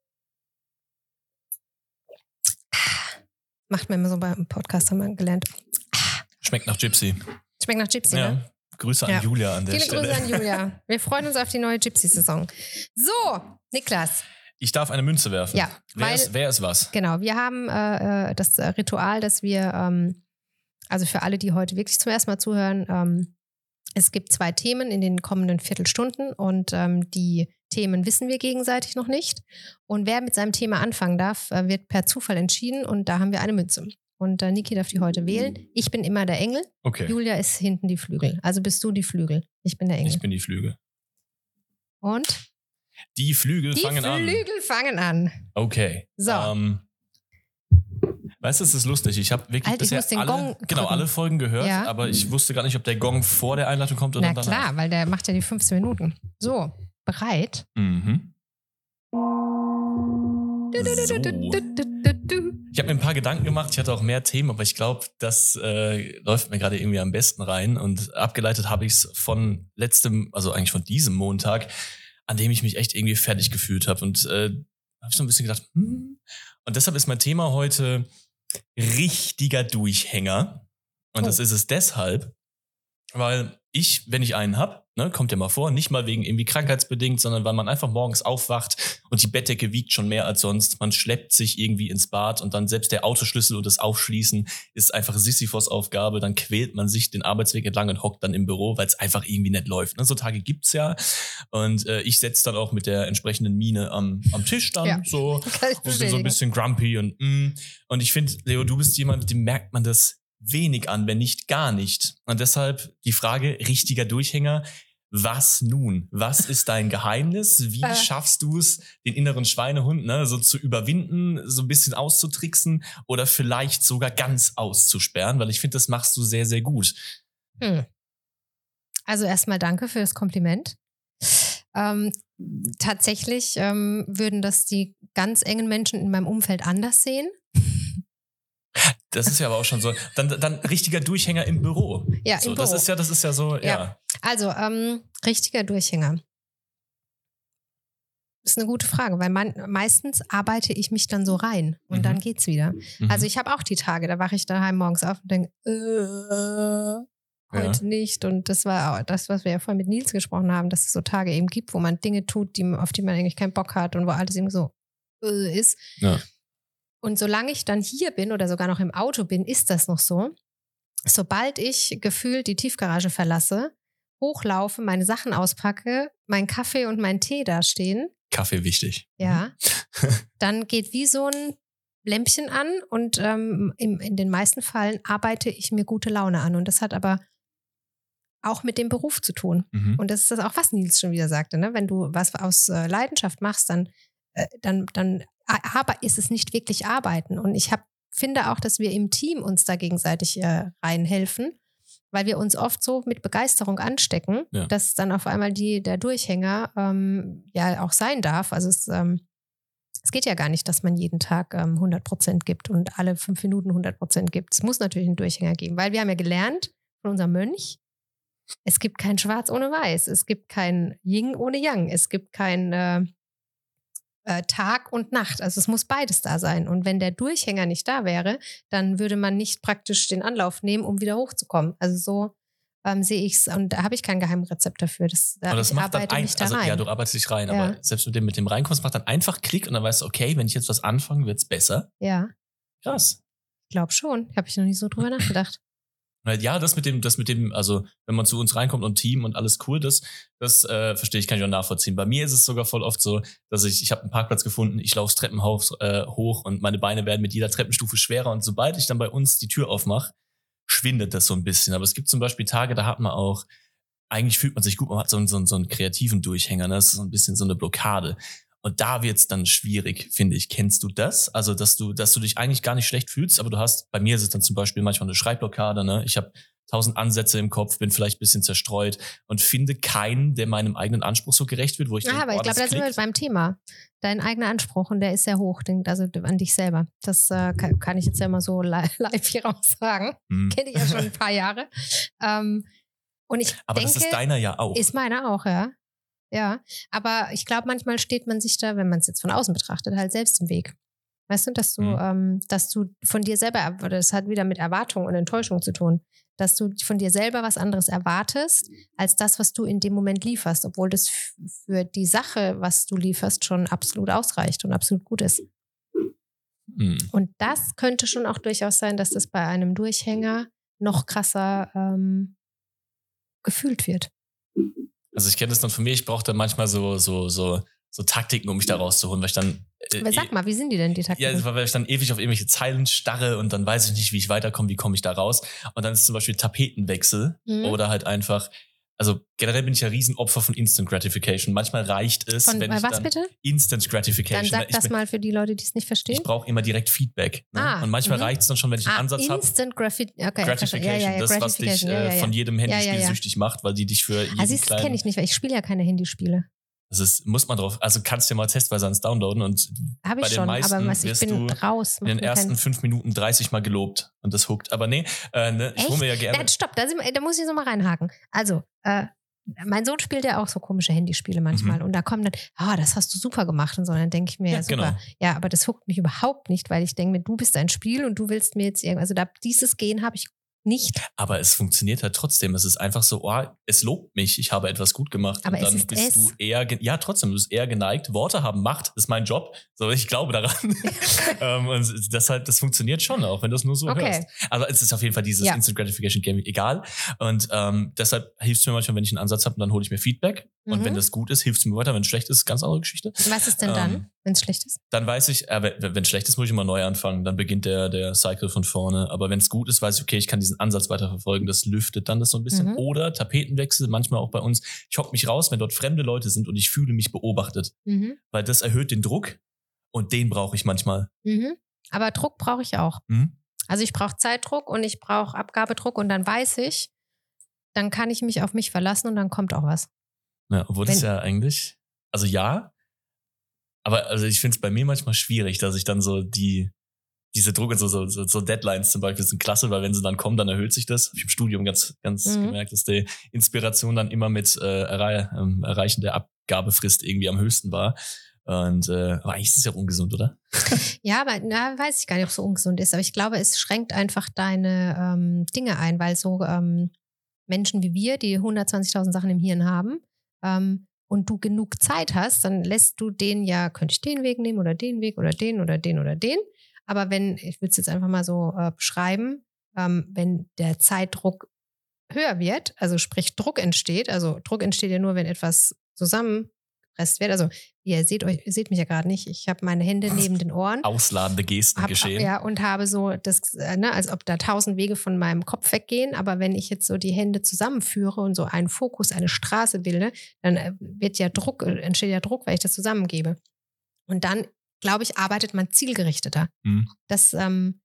Macht man immer so beim Podcast, haben wir gelernt. Schmeckt nach Gypsy. Schmeckt nach Gypsy, Ja. ne? Grüße an Ja. Julia an der Viele Stelle. Grüße an Julia. Wir freuen uns auf die neue Gypsy-Saison. So, Niklas. Ich darf eine Münze werfen. Ja. Wer, weil, ist, wer ist was? Genau, wir haben äh, das Ritual, dass wir, ähm, also für alle, die heute wirklich zum ersten Mal zuhören, ähm, es gibt zwei Themen in den kommenden Viertelstunden und ähm, die Themen wissen wir gegenseitig noch nicht. Und wer mit seinem Thema anfangen darf, äh, wird per Zufall entschieden und da haben wir eine Münze. Und äh, Niki darf die heute wählen. Ich bin immer der Engel. Okay. Julia ist hinten die Flügel. Also bist du die Flügel. Ich bin der Engel. Ich bin die Flügel. Und? Die Flügel die fangen an. Die Flügel fangen an. Okay. So. Ähm, weißt du, es ist lustig. Ich habe wirklich Alter, ich bisher muss den alle, Gong genau, drücken. alle Folgen gehört, Ja. aber ich wusste gar nicht, ob der Gong vor der Einleitung kommt oder Na danach. klar, weil der macht ja die fünfzehn Minuten. So, bereit? Mhm. So. Ich habe mir ein paar Gedanken gemacht, ich hatte auch mehr Themen, aber ich glaube, das äh, läuft mir gerade irgendwie am besten rein und abgeleitet habe ich es von letztem, also eigentlich von diesem Montag, an dem ich mich echt irgendwie fertig gefühlt habe und äh, habe ich so ein bisschen gedacht, hm. Und deshalb ist mein Thema heute richtiger Durchhänger und Oh. das ist es deshalb, weil ich, wenn ich einen hab, ne, kommt ja mal vor, nicht mal wegen irgendwie krankheitsbedingt, sondern weil man einfach morgens aufwacht und die Bettdecke wiegt schon mehr als sonst. Man schleppt sich irgendwie ins Bad und dann selbst der Autoschlüssel und das Aufschließen ist einfach Sisyphos Aufgabe. Dann quält man sich den Arbeitsweg entlang und hockt dann im Büro, weil es einfach irgendwie nicht läuft. Ne? So Tage gibt's ja. Und äh, ich setze dann auch mit der entsprechenden Miene am, am Tisch dann Ja, so kann ich und bin so ein bestätigen. bisschen grumpy und mm. Und ich finde, Leo, du bist jemand, dem merkt man das wenig an, wenn nicht gar nicht. Und deshalb die Frage, richtiger Durchhänger, was nun? Was ist dein Geheimnis? Wie Äh. schaffst du es, den inneren Schweinehund ne, so zu überwinden, so ein bisschen auszutricksen oder vielleicht sogar ganz auszusperren? Weil ich finde, das machst du sehr, sehr gut. Hm. Also erstmal danke für das Kompliment. Ähm, tatsächlich ähm, würden das die ganz engen Menschen in meinem Umfeld anders sehen. Das ist ja aber auch schon so. Dann, dann richtiger Durchhänger im Büro. Ja, so, im das Büro. ist ja, das ist ja so, ja. Ja. Also, ähm, richtiger Durchhänger. Ist eine gute Frage, weil man, meistens arbeite ich mich dann so rein und Mhm. dann geht's wieder. Mhm. Also ich habe auch die Tage, da wache ich daheim morgens auf und denke, äh, heute Ja. nicht. Und das war auch das, was wir ja vorhin mit Nils gesprochen haben, dass es so Tage eben gibt, wo man Dinge tut, die, auf die man eigentlich keinen Bock hat und wo alles eben so äh, ist. Ja. Und solange ich dann hier bin oder sogar noch im Auto bin, ist das noch so. Sobald ich gefühlt die Tiefgarage verlasse, hochlaufe, meine Sachen auspacke, mein Kaffee und mein Tee da stehen, Kaffee wichtig. ja, dann geht wie so ein Lämpchen an und ähm, im, in den meisten Fällen arbeite ich mir gute Laune an. Und das hat aber auch mit dem Beruf zu tun. Mhm. Und das ist das auch, was Nils schon wieder sagte, ne? Wenn du was aus äh, Leidenschaft machst, dann, äh, dann, dann aber ist es nicht wirklich Arbeiten. Und ich hab, finde auch, dass wir im Team uns da gegenseitig äh, reinhelfen, weil wir uns oft so mit Begeisterung anstecken, Ja. dass dann auf einmal die, der Durchhänger ähm, ja auch sein darf. Also es, ähm, es geht ja gar nicht, dass man jeden Tag ähm, hundert Prozent gibt und alle fünf Minuten hundert Prozent gibt. Es muss natürlich einen Durchhänger geben, weil wir haben ja gelernt von unserem Mönch, es gibt kein Schwarz ohne Weiß, es gibt kein Yin ohne Yang, es gibt kein äh, äh, Tag und Nacht. Also es muss beides da sein. Und wenn der Durchhänger nicht da wäre, dann würde man nicht praktisch den Anlauf nehmen, um wieder hochzukommen. Also so ähm, sehe ich es. Und da habe ich kein Geheimrezept dafür. Das, da Aber das ich macht dann arbeite ein, mich da also rein. ja, du arbeitest dich rein, Ja. aber selbst mit dem, mit dem Reinkommst macht dann einfach Klick und dann weißt du, okay, wenn ich jetzt was anfange, wird's besser. Ja, Krass. ich glaube schon. Habe ich noch nie so drüber nachgedacht. Ja, das mit dem, das mit dem, also wenn man zu uns reinkommt und Team und alles cool, das, das äh, verstehe ich, kann ich auch nachvollziehen. Bei mir ist es sogar voll oft so, dass ich, ich habe einen Parkplatz gefunden, ich laufe das Treppenhaus äh, hoch und meine Beine werden mit jeder Treppenstufe schwerer und sobald ich dann bei uns die Tür aufmache, schwindet das so ein bisschen. Aber es gibt zum Beispiel Tage, da hat man auch, eigentlich fühlt man sich gut, man hat so einen, so einen, so einen kreativen Durchhänger, ne? Das ist so ein bisschen so eine Blockade. Und da wird's dann schwierig, finde ich. Kennst du das? Also, dass du, dass du dich eigentlich gar nicht schlecht fühlst, aber du hast, bei mir ist es dann zum Beispiel manchmal eine Schreibblockade, ne? Ich habe tausend Ansätze im Kopf, bin vielleicht ein bisschen zerstreut und finde keinen, der meinem eigenen Anspruch so gerecht wird, wo ich Ja, denke, aber ich boah, glaube, das da sind wir klickt. beim Thema. Dein eigener Anspruch und der ist sehr hoch, den- also an dich selber. Das äh, kann, kann ich jetzt ja mal so li- live hier raus sagen. Hm. Kenne ich ja schon ein paar Jahre. Ähm, und ich Aber denke, das ist deiner ja auch. ist meiner auch, ja. Ja, aber ich glaube, manchmal steht man sich da, wenn man es jetzt von außen betrachtet, halt selbst im Weg. Weißt du, dass du, Mhm. ähm, dass du von dir selber, das hat wieder mit Erwartung und Enttäuschung zu tun, dass du von dir selber was anderes erwartest, als das, was du in dem Moment lieferst, obwohl das f- für die Sache, was du lieferst, schon absolut ausreicht und absolut gut ist. Hm. Und das könnte schon auch durchaus sein, dass das bei einem Durchhänger noch krasser ähm, gefühlt wird. Also ich kenne das dann von mir, ich brauche dann manchmal so, so, so, so Taktiken, um mich da rauszuholen, weil ich dann äh, Aber sag mal, wie sind die denn, die Ja, Taktiken? das war, weil ich dann ewig auf irgendwelche Zeilen starre und dann weiß ich nicht, wie ich weiterkomme, wie komme ich da raus. Und dann ist zum Beispiel Tapetenwechsel Mhm. oder halt einfach, also generell bin ich ja Riesenopfer von Instant Gratification. Manchmal reicht es, Von wenn äh, ich was dann bitte? Instant Dann Gratification. sag ich das bin, mal für die Leute, die es nicht verstehen. ich brauche immer direkt Feedback. Ne? Ah, und manchmal mhm. reicht es dann schon, wenn ich einen Ah, Ansatz habe. Instant Grafi- okay, Gratification, ja, ja, ja, das, was dich Gratification, ja, ja, äh, ja. von jedem Handyspiel Ja, ja, ja. süchtig macht, weil die dich für jeden Also das kleinen... kenne ich nicht, weil ich spiele ja keine Handyspiele. Das ist, muss man drauf, also kannst du dir mal testweise ans downloaden und Habe bei ich den schon, meisten aber was, ich wirst bin du raus. in den Macht mir ersten keinen- fünf Minuten dreißig Mal gelobt und das huckt. Aber nee, äh, ne, ich hole mir ja gerne... Nein, stopp, da, sind wir, da muss ich so mal reinhaken. Also, äh, mein Sohn spielt ja auch so komische Handyspiele manchmal. Mhm. Und da kommen dann, ah, das hast du super gemacht und so. Und dann denke ich mir, ja, Ja, super. genau. Ja, aber das huckt mich überhaupt nicht, weil ich denke mir, du bist ein Spiel und du willst mir jetzt irgendwie, also da, dieses Gen habe ich nicht. Aber es funktioniert halt trotzdem. Es ist einfach so, oh, es lobt mich, ich habe etwas gut gemacht. Aber und es dann ist bist es. du eher, ge- ja, trotzdem, du bist eher geneigt. Worte haben Macht, das ist mein Job. So, ich glaube daran. ähm, und deshalb, das funktioniert schon, auch wenn du es nur so Okay. hörst. Aber es ist auf jeden Fall dieses Ja. Instant Gratification Game egal. Und ähm, deshalb hilft es mir manchmal, wenn ich einen Ansatz habe, dann hole ich mir Feedback. Und Mhm. wenn das gut ist, hilft es mir weiter. Wenn es schlecht ist, ganz andere Geschichte. Was ist denn Ähm, dann, wenn es schlecht ist? Dann weiß ich, äh, wenn es schlecht ist, muss ich immer neu anfangen. Dann beginnt der, der Cycle von vorne. Aber wenn es gut ist, weiß ich, okay, ich kann diesen Ansatz weiterverfolgen. Das lüftet dann das so ein bisschen. Mhm. Oder Tapetenwechsel, manchmal auch bei uns. Ich hock mich raus, wenn dort fremde Leute sind und ich fühle mich beobachtet. Mhm. Weil das erhöht den Druck und den brauche ich manchmal. Mhm. Aber Druck brauche ich auch. Hm? Also ich brauche Zeitdruck und ich brauche Abgabedruck und dann weiß ich, dann kann ich mich auf mich verlassen und dann kommt auch was. Ja, obwohl Wenn- das ja eigentlich, also ja, aber also ich finde es bei mir manchmal schwierig, dass ich dann so die, diese Druck und so, so, so, so Deadlines zum Beispiel sind klasse, weil wenn sie dann kommen, dann erhöht sich das. Hab ich im Studium ganz, ganz Mhm. gemerkt, dass die Inspiration dann immer mit äh, Errei ähm, Erreichen der Abgabefrist irgendwie am höchsten war. Und äh, aber eigentlich ist es ja auch ungesund, oder? Ja, aber na, weiß ich gar nicht, ob es so ungesund ist. Aber ich glaube, es schränkt einfach deine ähm, Dinge ein, weil so ähm, Menschen wie wir, die hundertzwanzigtausend Sachen im Hirn haben, ähm, und du genug Zeit hast, dann lässt du den ja, könnte ich den Weg nehmen oder den Weg oder den oder den oder den. Aber wenn, ich will es jetzt einfach mal so äh, beschreiben, ähm, wenn der Zeitdruck höher wird, also sprich Druck entsteht, also Druck entsteht ja nur, wenn etwas zusammengepresst wird. Also ihr seht euch, ihr seht mich ja gerade nicht, ich habe meine Hände neben den Ohren. Ausladende Gesten Hab, geschehen. Ja, und habe so das, äh, ne, als ob da tausend Wege von meinem Kopf weggehen. Aber wenn ich jetzt so die Hände zusammenführe und so einen Fokus, eine Straße bilde, dann äh, wird ja Druck, äh, entsteht ja Druck, weil ich das zusammengebe. Und dann, glaube ich, arbeitet man zielgerichteter. Hm. Das, ähm,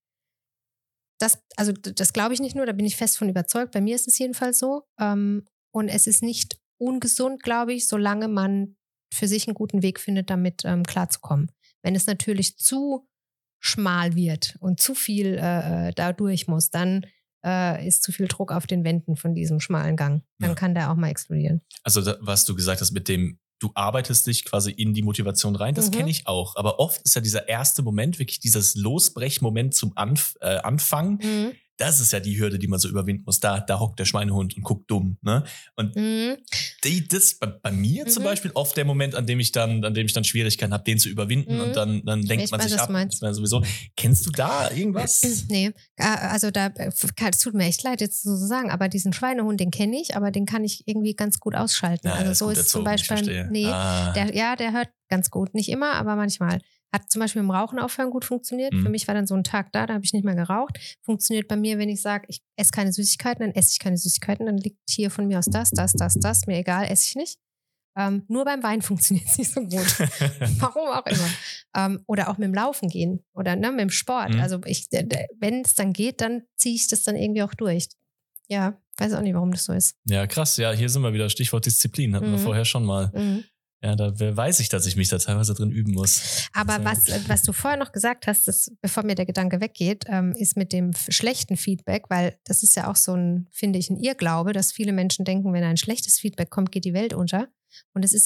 das, also d- das glaube ich nicht nur, da bin ich fest von überzeugt. Bei mir ist es jedenfalls so. Ähm, und es ist nicht ungesund, glaube ich, solange man für sich einen guten Weg findet, damit ähm, klarzukommen. Wenn es natürlich zu schmal wird und zu viel äh, da durch muss, dann äh, ist zu viel Druck auf den Wänden von diesem schmalen Gang. Dann Ja. kann der auch mal explodieren. Also da, was du gesagt hast mit dem, du arbeitest dich quasi in die Motivation rein, das Mhm. kenne ich auch. Aber oft ist ja dieser erste Moment, wirklich dieses Losbrechmoment zum Anf äh, Anfang, Mhm. das ist ja die Hürde, die man so überwinden muss. Da, da hockt der Schweinehund und guckt dumm. Ne? Und Mhm. die, das bei, bei mir zum Mhm. Beispiel oft der Moment, an dem ich dann, an dem ich dann Schwierigkeiten habe, den zu überwinden Mhm. und dann, dann lenkt Ich man weiß, sich was ab. du meinst. Ich meine, sowieso. Kennst du da irgendwas? Nee, äh, also da, äh, es tut mir echt leid, jetzt so zu sagen, aber diesen Schweinehund, den kenne ich, aber den kann ich irgendwie ganz gut ausschalten. Ja, er also ist so gut ist zum erzogen, ich Beispiel, verstehe. nee, Ah. der, ja, der hört ganz gut. Nicht immer, aber manchmal. Hat zum Beispiel im Rauchen aufhören gut funktioniert. Mhm. Für mich war dann so ein Tag da, da habe ich nicht mehr geraucht. Funktioniert bei mir, wenn ich sage, ich esse keine Süßigkeiten, dann esse ich keine Süßigkeiten, dann liegt hier von mir aus das, das, das, das, mir egal, esse ich nicht. Ähm, nur beim Wein funktioniert es nicht so gut. Warum auch immer. Ähm, oder auch mit dem Laufen gehen oder ne, mit dem Sport. Mhm. Also ich, wenn es dann geht, dann ziehe ich das dann irgendwie auch durch. Ja, weiß auch nicht, warum das so ist. Ja, krass. Ja, hier sind wir wieder. Stichwort Disziplin. Hatten wir Mhm. vorher schon mal. Mhm. Ja, da weiß ich, dass ich mich da teilweise drin üben muss. Aber Sehr was, gut. was du vorher noch gesagt hast, das, bevor mir der Gedanke weggeht, ähm, ist mit dem f- schlechten Feedback, weil das ist ja auch so ein, finde ich, ein Irrglaube, dass viele Menschen denken, wenn ein schlechtes Feedback kommt, geht die Welt unter. Und es ist ja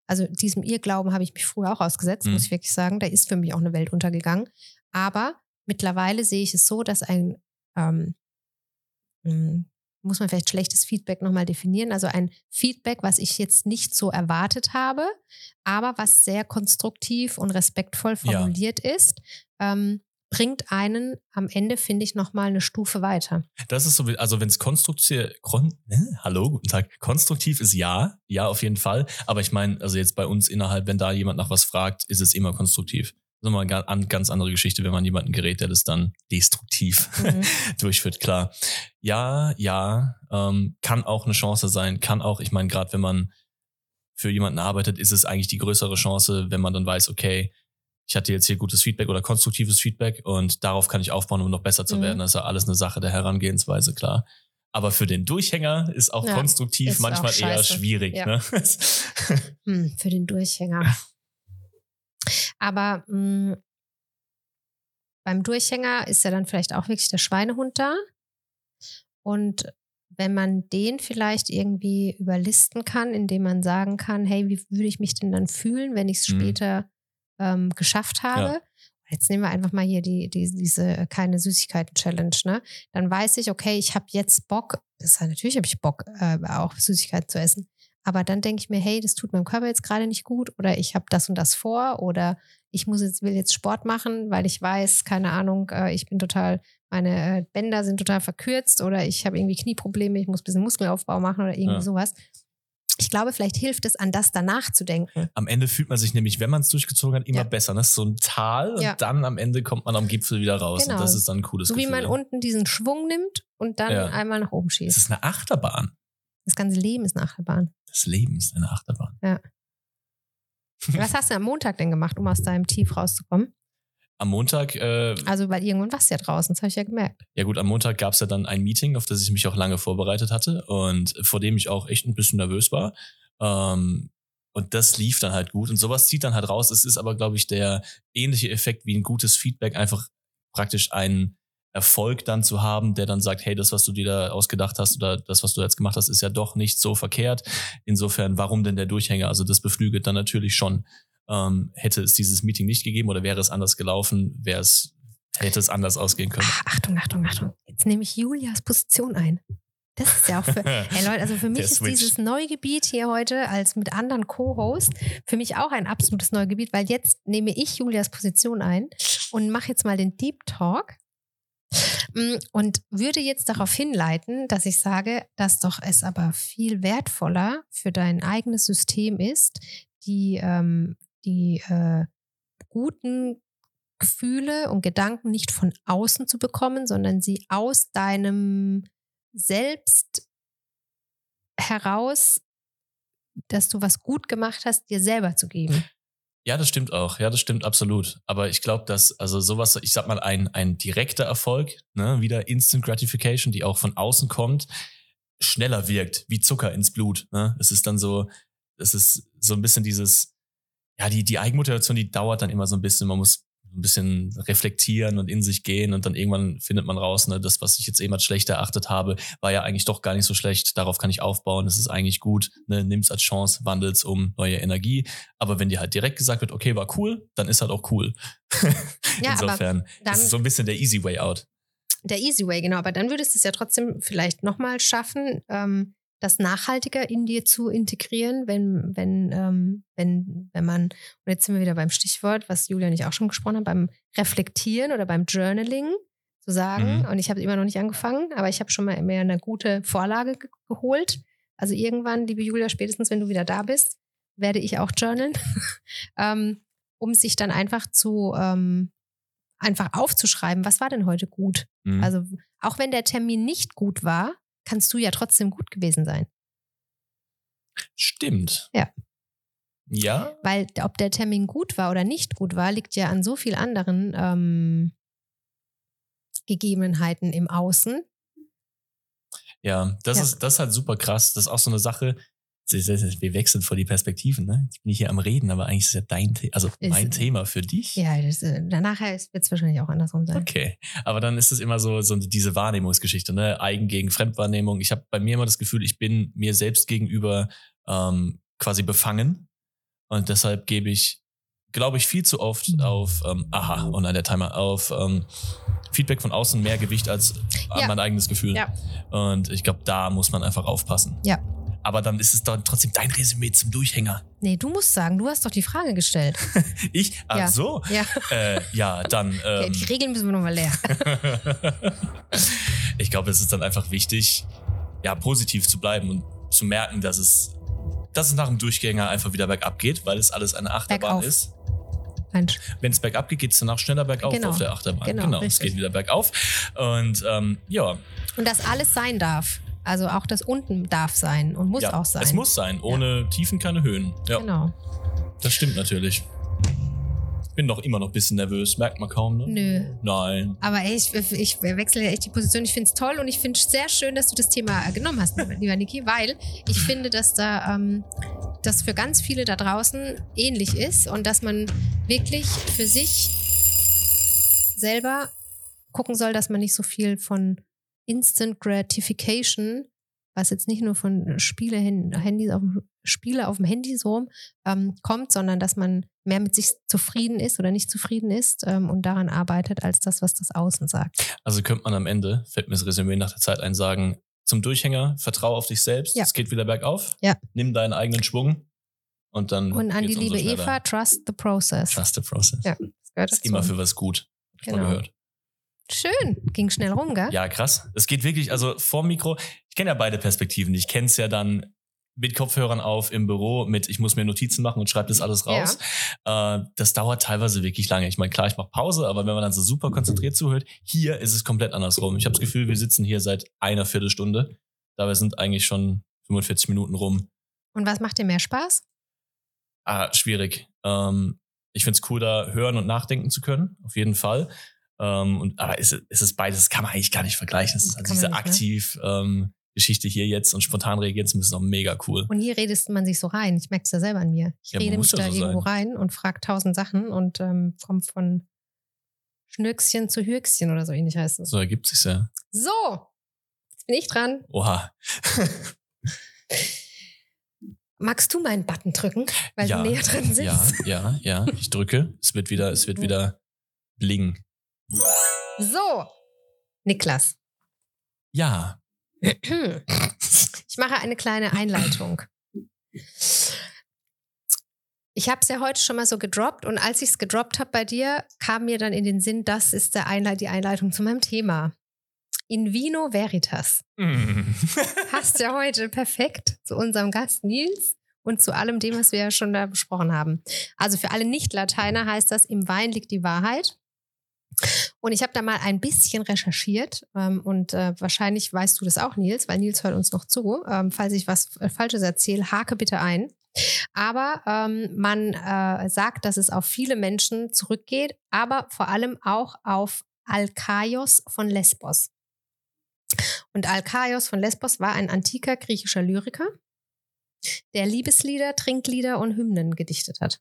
Also diesem Irrglauben habe ich mich früher auch ausgesetzt, Mhm. muss ich wirklich sagen. Da ist für mich auch eine Welt untergegangen. Aber mittlerweile sehe ich es so, dass ein, ähm, mh, muss man vielleicht schlechtes Feedback nochmal definieren, also ein Feedback, was ich jetzt nicht so erwartet habe, aber was sehr konstruktiv und respektvoll Ja. formuliert ist, ähm, bringt einen am Ende, finde ich, nochmal eine Stufe weiter. Das ist so, wie- also wenn es konstruktiv, kon, äh, hallo, guten Tag, konstruktiv ist ja, ja auf jeden Fall, aber ich meine, also jetzt bei uns innerhalb, wenn da jemand nach was fragt, ist es immer konstruktiv. Das ist nochmal eine ganz andere Geschichte, wenn man jemanden gerät, der das dann destruktiv Mhm. durchführt, klar. Ja, ja, ähm, kann auch eine Chance sein, kann auch, ich meine, gerade wenn man für jemanden arbeitet, ist es eigentlich die größere Chance, wenn man dann weiß, okay, ich hatte jetzt hier gutes Feedback oder konstruktives Feedback und darauf kann ich aufbauen, um noch besser zu Mhm. werden. Das ist ja alles eine Sache der Herangehensweise, klar. Aber für den Durchhänger ist auch Ja, konstruktiv ist manchmal auch eher scheiße. schwierig. Ja. Ne? Hm, für den Durchhänger. Aber mh, beim Durchhänger ist ja dann vielleicht auch wirklich der Schweinehund da. Und wenn man den vielleicht irgendwie überlisten kann, indem man sagen kann, hey, wie würde ich mich denn dann fühlen, wenn ich es Mhm. später ähm, geschafft habe? Ja. Jetzt nehmen wir einfach mal hier die, die, diese äh, keine Süßigkeiten-Challenge, ne? Dann weiß ich, okay, ich habe jetzt Bock, das heißt, natürlich habe ich Bock, äh, auch Süßigkeiten zu essen. Aber dann denke ich mir, hey, das tut meinem Körper jetzt gerade nicht gut oder ich habe das und das vor oder ich muss jetzt, will jetzt Sport machen, weil ich weiß, keine Ahnung, äh, ich bin total, meine äh, Bänder sind total verkürzt oder ich habe irgendwie Knieprobleme, ich muss ein bisschen Muskelaufbau machen oder irgendwie Ja. sowas. Ich glaube, vielleicht hilft es, an das danach zu denken. Am Ende fühlt man sich nämlich, wenn man es durchgezogen hat, immer Ja. besser. Das ist so ein Tal Ja. und dann am Ende kommt man am Gipfel wieder raus. Genau. Und das ist dann ein cooles So wie Gefühl. man unten diesen Schwung nimmt und dann Ja. einmal nach oben Es schießt. ist eine Achterbahn. Das ganze Leben ist eine Achterbahn. Das Leben ist eine Achterbahn. Was hast du am Montag denn gemacht, um aus deinem Tief rauszukommen? Am Montag, äh, Also, weil irgendwann warst du ja draußen, das habe ich ja gemerkt. ja gut, am Montag gab es ja dann ein Meeting, auf das ich mich auch lange vorbereitet hatte und vor dem ich auch echt ein bisschen nervös war. Ähm, und das lief dann halt gut und sowas zieht dann halt raus. Es ist aber, glaube ich, der ähnliche Effekt wie ein gutes Feedback, einfach praktisch einen Erfolg dann zu haben, der dann sagt, hey, das, was du dir da ausgedacht hast oder das, was du jetzt gemacht hast, ist ja doch nicht so verkehrt. Insofern, warum denn der Durchhänger? Also das beflügelt dann natürlich schon. Ähm, hätte es dieses Meeting nicht gegeben oder wäre es anders gelaufen, wäre es, hätte es anders ausgehen können. Ach, Achtung, Achtung, Achtung. Jetzt nehme ich Julias Position ein. Das ist ja auch für, hey Leute, also für mich Der ist Switch. dieses Neugebiet hier heute als mit anderen Co-Hosts für mich auch ein absolutes Neugebiet, weil jetzt nehme ich Julias Position ein und mache jetzt mal den Deep Talk mm, und würde jetzt darauf hinleiten, dass ich sage, dass doch es aber viel wertvoller für dein eigenes System ist, die, ähm, die äh, guten Gefühle und Gedanken nicht von außen zu bekommen, sondern sie aus deinem Selbst heraus, dass du was gut gemacht hast, dir selber zu geben. Ja, das stimmt auch. Ja, das stimmt absolut. Aber ich glaube, dass also sowas, ich sag mal, ein, ein direkter Erfolg, ne, wieder Instant Gratification, die auch von außen kommt, schneller wirkt, wie Zucker ins Blut. Ne? Es ist dann so, es ist so ein bisschen dieses, ja, die, die Eigenmotivation, die dauert dann immer so ein bisschen. Man muss ein bisschen reflektieren und in sich gehen und dann irgendwann findet man raus, ne, das, was ich jetzt eben als schlecht erachtet habe, war ja eigentlich doch gar nicht so schlecht. Darauf kann ich aufbauen. Das ist eigentlich gut. Ne, nimm's als Chance, wandel's um neue Energie. Aber wenn dir halt direkt gesagt wird, okay, war cool, dann ist halt auch cool. Ja, Insofern, aber dann- das ist so ein bisschen der easy way out. Der Easy Way, genau. Aber dann würdest du es ja trotzdem vielleicht nochmal schaffen, ähm, das nachhaltiger in dir zu integrieren, wenn, wenn, ähm, wenn, wenn man, und jetzt sind wir wieder beim Stichwort, was Julia und ich auch schon gesprochen haben, beim Reflektieren oder beim Journaling zu sagen, Mhm. und ich habe immer noch nicht angefangen, aber ich habe schon mal mehr eine gute Vorlage ge geholt. Also irgendwann, liebe Julia, spätestens wenn du wieder da bist, werde ich auch journalen, ähm, um sich dann einfach zu, ähm, einfach aufzuschreiben, was war denn heute gut? Mhm. Also auch wenn der Termin nicht gut war, kannst du ja trotzdem gut gewesen sein. Stimmt. Ja. Ja? Weil ob der Termin gut war oder nicht gut war, liegt ja an so vielen anderen ähm, Gegebenheiten im Außen. Ja, das Ja. ist, das ist halt super krass. Das ist auch so eine Sache. Wir wechseln vor die Perspektiven, ne? Ich bin hier am Reden, aber eigentlich ist es ja dein Thema, also Ist- mein Thema für dich. Ja, das, äh, danach wird es wahrscheinlich auch andersrum sein. Okay, aber dann ist es immer so, so diese Wahrnehmungsgeschichte, ne? Eigen gegen Fremdwahrnehmung. Ich habe bei mir immer das Gefühl, ich bin mir selbst gegenüber ähm, quasi befangen Und deshalb gebe ich, glaube ich, viel zu oft auf, ähm, aha, oh nein, der Timer, auf ähm, Feedback von außen mehr Gewicht als an Ja. mein eigenes Gefühl. Ja. Und ich glaube, da muss man einfach aufpassen. Ja. Aber dann ist es dann trotzdem dein Resümee zum Durchhänger. Nee, du musst sagen, du hast doch die Frage gestellt. Ich? Ach Ja. so. Ja. Äh, ja, dann. Okay, Ähm, die Regeln müssen wir nochmal lernen. Ich glaube, es ist dann einfach wichtig, ja, positiv zu bleiben und zu merken, dass es, dass es nach dem Durchgänger einfach wieder bergab geht, weil es alles eine Achterbahn Bergauf. ist. Mensch. Wenn es bergab geht, geht es danach schneller bergauf Genau. auf der Achterbahn. Genau, genau es richtig. geht wieder bergauf. Und ähm, ja, Und das alles sein darf. Also auch das unten darf sein und muss ja, auch sein. es muss sein. Ohne Tiefen keine Höhen. Ja, Genau. das stimmt natürlich. Ich bin doch immer noch ein bisschen nervös, merkt man kaum, ne? Nö. Nein. Aber ey, ich, ich wechsle ja echt die Position. Ich finde es toll und ich finde es sehr schön, dass du das Thema genommen hast, lieber Niki, weil ich finde, dass da ähm, das für ganz viele da draußen ähnlich ist und dass man wirklich für sich selber gucken soll, dass man nicht so viel von Instant Gratification, was jetzt nicht nur von Spiele, Handys auf dem, Spiele auf dem Handy so ähm, kommt, sondern dass man mehr mit sich zufrieden ist oder nicht zufrieden ist ähm, und daran arbeitet, als das, was das Außen sagt. Also könnte man am Ende, fällt mir das Resümee nach der Zeit ein, sagen, zum Durchhänger, vertrau auf dich selbst, Ja. es geht wieder bergauf, Ja. nimm deinen eigenen Schwung und dann Und an die geht's umso liebe schneller. Eva, trust the process. Trust the process. Ja, das gehört Ist dazu. immer für was gut. Schon Genau. mal gehört. Schön, ging schnell rum, gell? Ja, krass. Es geht wirklich, also vor Mikro, ich kenne ja beide Perspektiven. Ich kenne es ja dann mit Kopfhörern auf im Büro, mit ich muss mir Notizen machen und schreibe das alles raus. Äh, das dauert teilweise wirklich lange. Ich meine, klar, ich mache Pause, aber wenn man dann so super konzentriert zuhört, hier ist es komplett andersrum. Ich habe das Gefühl, wir sitzen hier seit einer Viertelstunde. Dabei sind eigentlich schon fünfundvierzig Minuten rum. Und was macht dir mehr Spaß? Ah, schwierig. Ähm, ich finde es cool, da hören und nachdenken zu können, auf jeden Fall. Ähm, und, aber es ist, es ist beides, das kann man eigentlich gar nicht vergleichen. Es ist also Kann man diese nicht, ne? aktiv ähm, Geschichte hier jetzt und spontan reagieren zu müssen, auch mega cool. Und hier redet man sich so rein. Ich merke es ja selber an mir. Ich Ja, rede muss mich ja da so irgendwo sein. rein und frage tausend Sachen und ähm, komme von Schnürkschen zu Hürkschen oder so ähnlich heißt es. So ergibt sich's ja. So, jetzt bin ich dran. Oha. Magst du meinen Button drücken, weil Ja, du näher dran sitzt? Ja, ja, ja. Ich drücke. Es wird wieder, es wird wieder bling. So, Niklas. Ja. Ich mache eine kleine Einleitung. Ich habe es ja heute schon mal so gedroppt und als ich es gedroppt habe bei dir, kam mir dann in den Sinn, das ist der Einleit- die Einleitung zu meinem Thema. In vino veritas. Mm. Passt ja heute perfekt zu unserem Gast Nils und zu allem dem, was wir ja schon da besprochen haben. Also für alle Nicht-Lateiner heißt das, im Wein liegt die Wahrheit. Und ich habe da mal ein bisschen recherchiert ähm, und äh, wahrscheinlich weißt du das auch, Nils, weil Nils hört uns noch zu. Ähm, falls ich was äh, Falsches erzähle, hake bitte ein. Aber ähm, man äh, sagt, dass es auf viele Menschen zurückgeht, aber vor allem auch auf Alkaios von Lesbos. Und Alkaios von Lesbos war ein antiker griechischer Lyriker, der Liebeslieder, Trinklieder und Hymnen gedichtet hat.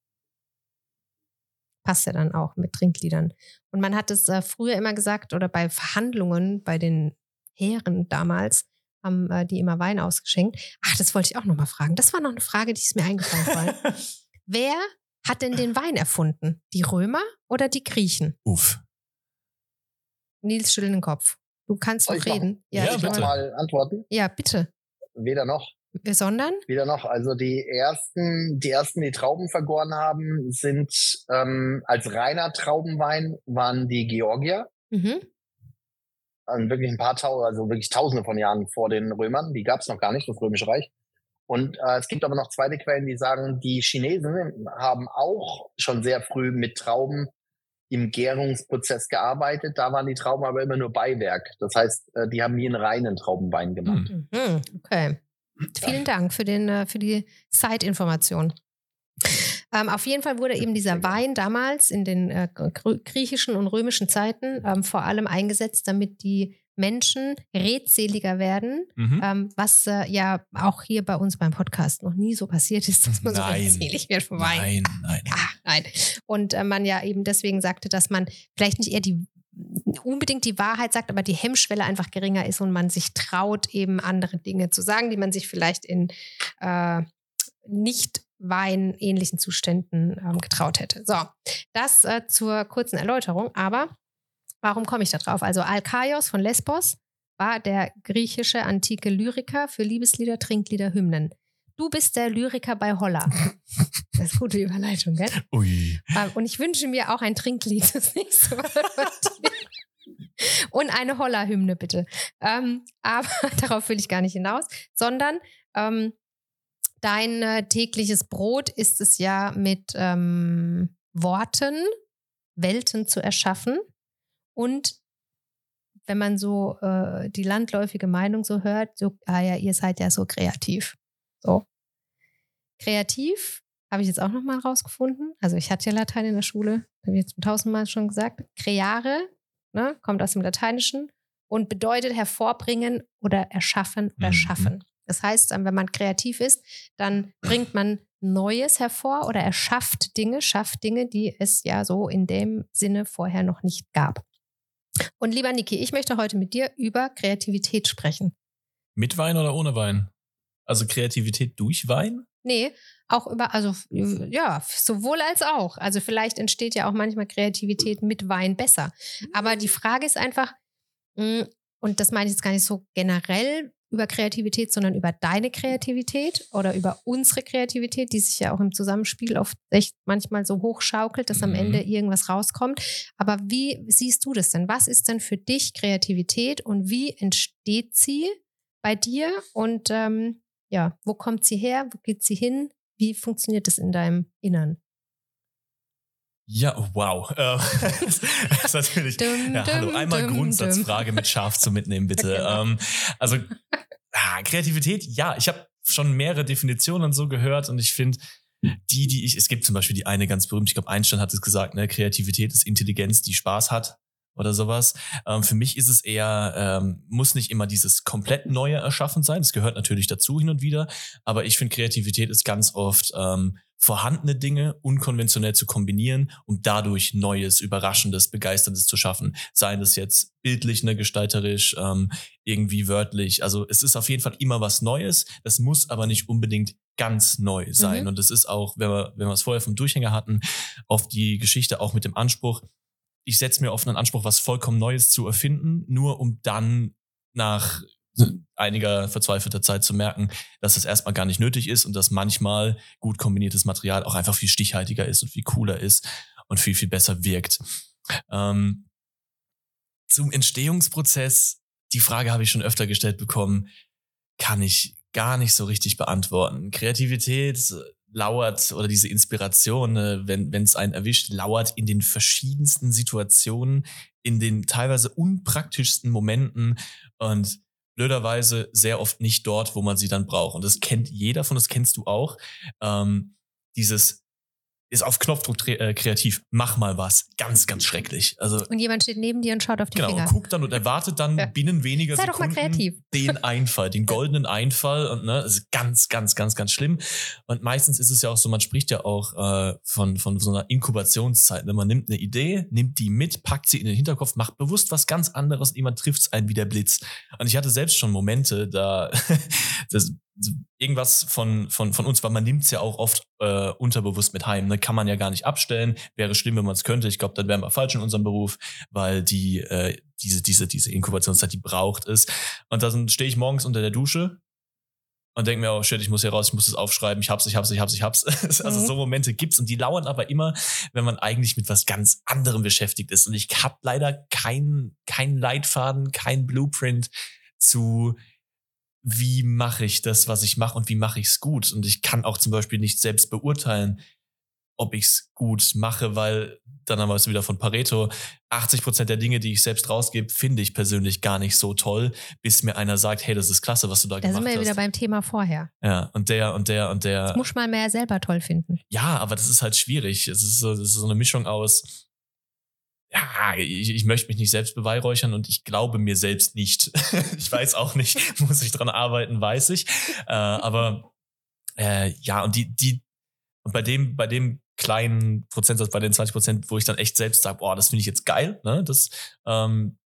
Passt ja dann auch mit Trinkliedern. Und man hat es äh, früher immer gesagt, oder bei Verhandlungen bei den Heeren damals, haben äh, die immer Wein ausgeschenkt. Ach, das wollte ich auch nochmal fragen. Das war noch eine Frage, die ist mir eingefallen vorhin. Wer hat denn den Wein erfunden? Die Römer oder die Griechen? Uff. Nils schüttelt den Kopf. Du kannst Soll noch ich reden. Ja, Ich ich kann bitte. mal antworten. Ja, bitte. Weder noch. Sondern? Weder noch. Also die ersten, die ersten, die Trauben vergoren haben, sind ähm, als reiner Traubenwein waren die Georgier. Mhm. Also wirklich ein paar Tausend, also wirklich Tausende von Jahren vor den Römern. Die gab es noch gar nicht, das Römische Reich. Und äh, es gibt aber noch zweite Quellen, die sagen, die Chinesen haben auch schon sehr früh mit Trauben im Gärungsprozess gearbeitet. Da waren die Trauben aber immer nur Beiwerk. Das heißt, äh, die haben nie einen reinen Traubenwein gemacht. Hm. Mhm. Okay. Vielen Dank für, den, äh, für die Side-Information. Ähm, auf jeden Fall wurde eben dieser Wein damals in den äh, gr- griechischen und römischen Zeiten ähm, vor allem eingesetzt, damit die Menschen redseliger werden, Mhm. ähm, was äh, ja auch hier bei uns beim Podcast noch nie so passiert ist, dass man Nein. so redselig wird vom Wein. Nein, nein. Ah, nein. Und äh, man ja eben deswegen sagte, dass man vielleicht nicht eher die unbedingt die Wahrheit sagt, aber die Hemmschwelle einfach geringer ist und man sich traut, eben andere Dinge zu sagen, die man sich vielleicht in äh, nicht weinähnlichen Zuständen ähm, getraut hätte. So, das äh, zur kurzen Erläuterung. Aber warum komme ich da drauf? Also Alkaios von Lesbos war der griechische antike Lyriker für Liebeslieder, Trinklieder, Hymnen. Du bist der Lyriker bei Holla. Das ist gute Überleitung, gell? Ui. Ähm, und ich wünsche mir auch ein Trinklied das nächste Mal. Und eine Holla-Hymne, bitte. Ähm, aber darauf will ich gar nicht hinaus, sondern ähm, dein äh, tägliches Brot ist es ja, mit ähm, Worten Welten zu erschaffen. Und wenn man so äh, die landläufige Meinung so hört, so, ah ja, ihr seid ja so kreativ. So. Kreativ habe ich jetzt auch nochmal rausgefunden. Also ich hatte ja Latein in der Schule, habe ich jetzt tausendmal schon gesagt. Creare, ne, kommt aus dem Lateinischen und bedeutet hervorbringen oder erschaffen oder Mhm. schaffen. Das heißt, wenn man kreativ ist, dann bringt man Neues hervor oder erschafft Dinge, schafft Dinge, die es ja so in dem Sinne vorher noch nicht gab. Und lieber Niki, ich möchte heute mit dir über Kreativität sprechen. Mit Wein oder ohne Wein? Also Kreativität durch Wein? Nee, auch über, also ja, sowohl als auch. Also vielleicht entsteht ja auch manchmal Kreativität mit Wein besser. Aber die Frage ist einfach, mh, und das meine ich jetzt gar nicht so generell über Kreativität, sondern über deine Kreativität oder über unsere Kreativität, die sich ja auch im Zusammenspiel oft echt manchmal so hochschaukelt, dass am Mhm. Ende irgendwas rauskommt. Aber wie siehst du das denn? Was ist denn für dich Kreativität und wie entsteht sie bei dir? Und ähm, ja, wo kommt sie her? Wo geht sie hin? Wie funktioniert das in deinem Innern? Ja, wow. Äh, das ist natürlich. Dum, Ja, hallo, dum, einmal dum, Grundsatzfrage mit Schaf zu mitnehmen, bitte. Genau. Ähm, also, ah, Kreativität, ja, ich habe schon mehrere Definitionen so gehört und ich finde, die, die ich, es gibt zum Beispiel die eine ganz berühmt, ich glaube, Einstein hat es gesagt, ne, Kreativität ist Intelligenz, die Spaß hat oder sowas. Ähm, für mich ist es eher, ähm, muss nicht immer dieses komplett Neue erschaffen sein. Das gehört natürlich dazu hin und wieder. Aber ich finde, Kreativität ist ganz oft ähm, vorhandene Dinge unkonventionell zu kombinieren und dadurch Neues, Überraschendes, Begeisterndes zu schaffen. Seien das jetzt bildlich, ne, gestalterisch, ähm, irgendwie wörtlich. Also es ist auf jeden Fall immer was Neues. Das muss aber nicht unbedingt ganz neu sein. Mhm. Und es ist auch, wenn wir, wenn wir es vorher vom Durchhänger hatten, oft die Geschichte auch mit dem Anspruch, ich setze mir oft einen Anspruch, was vollkommen Neues zu erfinden, nur um dann nach einiger verzweifelter Zeit zu merken, dass das erstmal gar nicht nötig ist und dass manchmal gut kombiniertes Material auch einfach viel stichhaltiger ist und viel cooler ist und viel, viel besser wirkt. Ähm, zum Entstehungsprozess, die Frage habe ich schon öfter gestellt bekommen, kann ich gar nicht so richtig beantworten. Kreativität lauert oder diese Inspiration, wenn wenn es einen erwischt, lauert in den verschiedensten Situationen, in den teilweise unpraktischsten Momenten und blöderweise sehr oft nicht dort, wo man sie dann braucht. Und das kennt jeder von, das kennst du auch. Ähm, dieses ist auf Knopfdruck tre- äh, kreativ, mach mal was. Ganz, ganz schrecklich. Also Und jemand steht neben dir und schaut auf die genau, Finger. und guckt dann und erwartet dann Ja. binnen weniger Sei doch mal Sekunden kreativ. den Einfall, den goldenen Einfall. Und ne, das ist ganz, ganz, ganz, ganz schlimm. Und meistens ist es ja auch so, man spricht ja auch äh, von, von so einer Inkubationszeit. Ne? Man nimmt eine Idee, nimmt die mit, packt sie in den Hinterkopf, macht bewusst was ganz anderes und jemand trifft es einen wie der Blitz. Und ich hatte selbst schon Momente, da das, irgendwas von, von, von uns, weil man nimmt es ja auch oft äh, unterbewusst mit heim. Ne? Kann man ja gar nicht abstellen. Wäre schlimm, wenn man es könnte. Ich glaube, dann wären wir falsch in unserem Beruf, weil die äh, diese, diese, diese Inkubationszeit, die braucht es. Und dann stehe ich morgens unter der Dusche und denke mir, oh shit, ich muss hier raus, ich muss das aufschreiben, ich hab's, ich hab's, ich hab's, ich hab's. Also Mhm. so Momente gibt's und die lauern aber immer, wenn man eigentlich mit was ganz anderem beschäftigt ist. Und ich habe leider keinen keinen Leitfaden, kein Blueprint zu wie mache ich das, was ich mache und wie mache ich es gut. Und ich kann auch zum Beispiel nicht selbst beurteilen, ob ich es gut mache, weil, dann haben wir es wieder von Pareto, achtzig Prozent der Dinge, die ich selbst rausgebe, finde ich persönlich gar nicht so toll, bis mir einer sagt, hey, das ist klasse, was du da, Da gemacht sind wir ja hast. wieder beim Thema vorher. Ja, und der und der und der. Das muss man mehr selber toll finden. Ja, aber das ist halt schwierig. Es ist so, das ist so eine Mischung aus, ja, ich, ich möchte mich nicht selbst beweihräuchern und ich glaube mir selbst nicht. Ich weiß auch nicht, muss ich dran arbeiten, weiß ich. Äh, aber äh, ja, und die, die, und bei dem, bei dem kleinen Prozentsatz, bei den zwanzig Prozent, wo ich dann echt selbst sage, boah, das finde ich jetzt geil, ne? Das, ähm,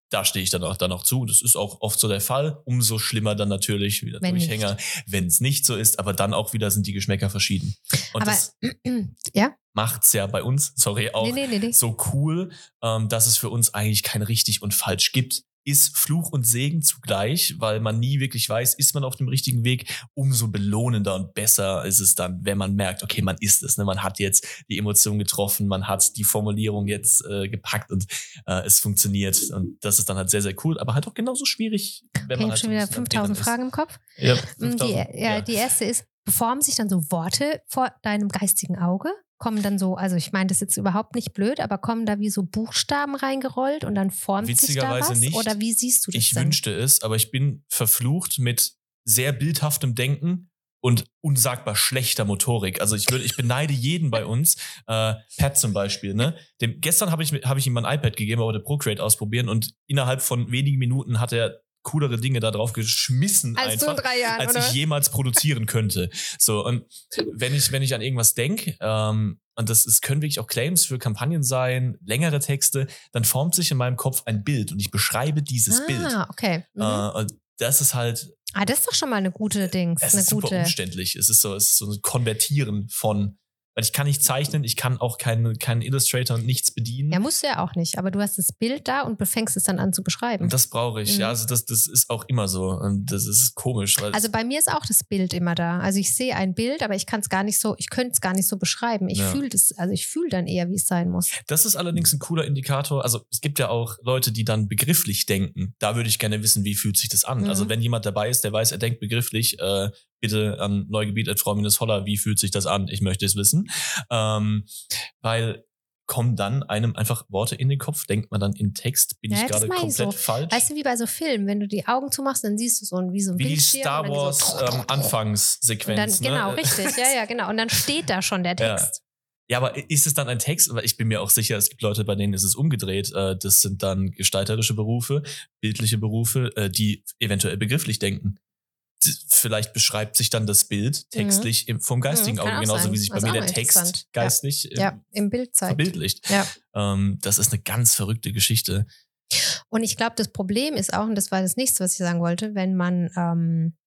da stehe ich dann auch, dann auch zu. Das ist auch oft so der Fall. Umso schlimmer dann natürlich wieder Wenn Durchhänger, wenn es nicht so ist. Aber dann auch wieder sind die Geschmäcker verschieden. Und Aber, das ja? macht's ja bei uns, sorry, auch Nee, nee, nee, nee. so cool, ähm, dass es für uns eigentlich kein richtig und falsch gibt. Ist Fluch und Segen zugleich, weil man nie wirklich weiß, ist man auf dem richtigen Weg. Umso belohnender und besser ist es dann, wenn man merkt, okay, man ist es. Ne? Man hat jetzt die Emotion getroffen, man hat die Formulierung jetzt äh, gepackt und äh, es funktioniert. Und das ist dann halt sehr, sehr cool, aber halt auch genauso schwierig, wenn Okay, man ich halt habe so schon ein wieder bisschen am fünftausend Dingern Fragen im Kopf. ist. Ja, Die, fünftausend, ja, ja. die erste ist, formen sich dann so Worte vor deinem geistigen Auge? Kommen dann so, also ich meine, das ist jetzt überhaupt nicht blöd, aber kommen da wie so Buchstaben reingerollt und dann formt sich da Witzigerweise was? nicht. Oder wie siehst du das Ich denn? wünschte es, aber ich bin verflucht mit sehr bildhaftem Denken und unsagbar schlechter Motorik. Also ich würde, ich beneide jeden bei uns. Äh, Pat zum Beispiel, ne? Dem, gestern habe ich, hab ich ihm mein iPad gegeben, aber der Procreate ausprobieren und innerhalb von wenigen Minuten hat er coolere Dinge da drauf geschmissen Als einfach, du in drei Jahren, als oder? ich jemals produzieren könnte. So, und wenn ich, wenn ich an irgendwas denke, ähm, und das ist, können wirklich auch Claims für Kampagnen sein, längere Texte, dann formt sich in meinem Kopf ein Bild und ich beschreibe dieses ah, Bild. okay. Mhm. Äh, und das ist halt, ah, das ist doch schon mal eine gute Dings. es eine ist super gute. umständlich. Es ist so, es ist so ein Konvertieren von, weil ich kann nicht zeichnen, ich kann auch keinen keinen Illustrator und nichts bedienen. Ja, musst du ja auch nicht, aber du hast das Bild da und fängst es dann an zu beschreiben. Und das brauche ich. Mhm. Ja, also das, das ist auch immer so. Und das ist komisch. Weil Also bei mir ist auch das Bild immer da. Also ich sehe ein Bild, aber ich kann es gar nicht so, ich könnte es gar nicht so beschreiben. Ich Ja. fühle das, also ich fühle dann eher, wie es sein muss. das ist allerdings ein cooler Indikator. Also es gibt ja auch Leute, die dann begrifflich denken. Da würde ich gerne wissen, wie fühlt sich das an? Mhm. Also wenn jemand dabei ist, der weiß, er denkt begrifflich, äh, bitte an neugebiet at frau-holler, wie fühlt sich das an? Ich möchte es wissen. Ähm, weil kommen dann einem einfach Worte in den Kopf, denkt man dann in Text, bin Ja, ich das gerade meine ich komplett so. falsch. Weißt du, wie bei so Filmen, wenn du die Augen zumachst, dann siehst du so ein, wie so ein Wie die Bildschirm. Star und dann Wars so ähm, und Anfangssequenz. dann, genau, ne? richtig. Ja, ja, genau. Und dann steht da schon der Ja. Text. Ja, aber ist es dann ein Text? Weil ich bin mir auch sicher, es gibt Leute, bei denen ist es umgedreht. Äh, Das sind dann gestalterische Berufe, bildliche Berufe, äh, die eventuell begrifflich denken. D- Vielleicht beschreibt sich dann das Bild textlich im- vom geistigen Mhm, kann Auge, auch genauso sein. wie sich bei Das ist mir auch der mal Text interessant. Ja. geistlich äh, Ja, im Bild zeigt. verbildlicht. Ja. Ähm, das ist eine ganz verrückte Geschichte. Und ich glaube, das Problem ist auch, und das war das nächste, was ich sagen wollte, wenn man ähm,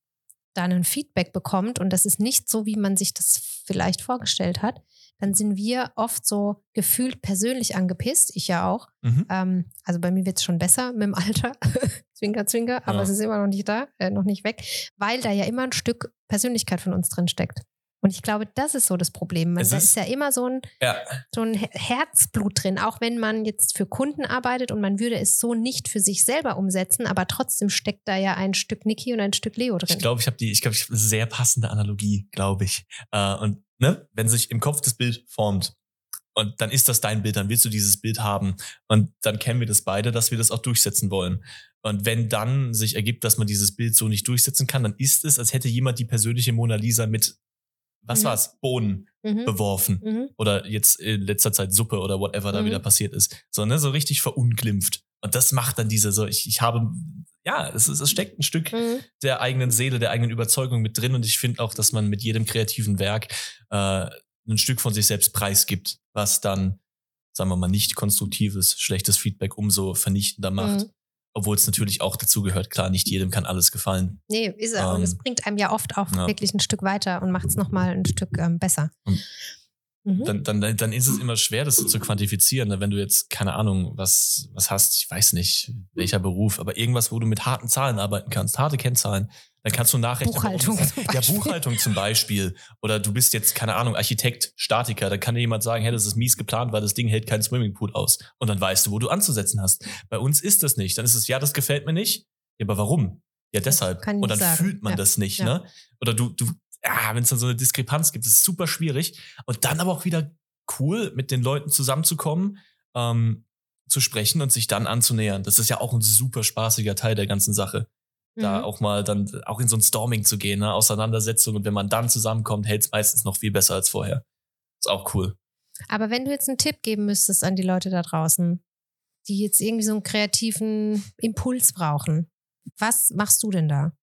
dann ein Feedback bekommt und das ist nicht so, wie man sich das vielleicht vorgestellt hat, dann sind wir oft so gefühlt persönlich angepisst, ich ja auch. Mhm. Ähm, also bei mir wird es schon besser mit dem Alter, zwinker, zwinker, aber Ja. es ist immer noch nicht da, äh, noch nicht weg, weil da ja immer ein Stück Persönlichkeit von uns drin steckt. Und ich glaube, das ist so das Problem. Man, Es da ist- ist ja immer so ein, Ja, so ein Her- Herzblut drin, auch wenn man jetzt für Kunden arbeitet und man würde es so nicht für sich selber umsetzen, aber trotzdem steckt da ja ein Stück Niki und ein Stück Leo drin. ich glaube, ich habe die, ich glaube, ich habe eine sehr passende Analogie, glaube ich. Äh, und ne, wenn sich im Kopf das Bild formt und dann ist das dein Bild, dann willst du dieses Bild haben und dann kennen wir das beide, dass wir das auch durchsetzen wollen. Und wenn dann sich ergibt, dass man dieses Bild so nicht durchsetzen kann, dann ist es, als hätte jemand die persönliche Mona Lisa mit, was Mhm. war's, Bohnen Mhm. beworfen. Mhm. Oder jetzt in letzter Zeit Suppe oder whatever da Mhm. wieder passiert ist. So, ne, so richtig verunglimpft. Und das macht dann diese, so, ich, ich habe, ja, es, ist, es steckt ein Stück Mhm. der eigenen Seele, der eigenen Überzeugung mit drin. Und ich finde auch, dass man mit jedem kreativen Werk äh, ein Stück von sich selbst preisgibt, was dann, sagen wir mal, nicht konstruktives, schlechtes Feedback umso vernichtender macht. Mhm. Obwohl es natürlich auch dazu gehört, klar, nicht jedem kann alles gefallen. Nee, ist er. und Ähm, es bringt einem ja oft auch ja. wirklich ein Stück weiter und macht es nochmal ein Stück ähm, besser. Und Mhm. Dann, dann, dann ist es immer schwer, das so zu quantifizieren. Ne? Wenn du jetzt, keine Ahnung, was, was hast, ich weiß nicht, welcher Beruf, aber irgendwas, wo du mit harten Zahlen arbeiten kannst, harte Kennzahlen, dann kannst du nachrechnen. Buchhaltung warum- zum Ja, Beispiel. Buchhaltung zum Beispiel. Oder du bist jetzt, keine Ahnung, Architekt, Statiker, da kann dir jemand sagen, hey, das ist mies geplant, weil das Ding hält keinen Swimmingpool aus. Und dann weißt du, wo du anzusetzen hast. Bei uns ist das nicht. Dann ist es, ja, das gefällt mir nicht. Ja, aber warum? Ja, deshalb. kann ich Und dann nicht sagen. fühlt man Ja. das nicht, Ja. ne? Oder du, du, ja, wenn es dann so eine Diskrepanz gibt, ist es super schwierig. Und dann aber auch wieder cool, mit den Leuten zusammenzukommen, ähm, zu sprechen und sich dann anzunähern. Das ist ja auch ein super spaßiger Teil der ganzen Sache. Da Mhm. auch mal dann auch in so ein Storming zu gehen, ne? Auseinandersetzung. Und wenn man dann zusammenkommt, hält es meistens noch viel besser als vorher. Ist auch cool. Aber wenn du jetzt einen Tipp geben müsstest an die Leute da draußen, die jetzt irgendwie so einen kreativen Impuls brauchen, was machst du denn da?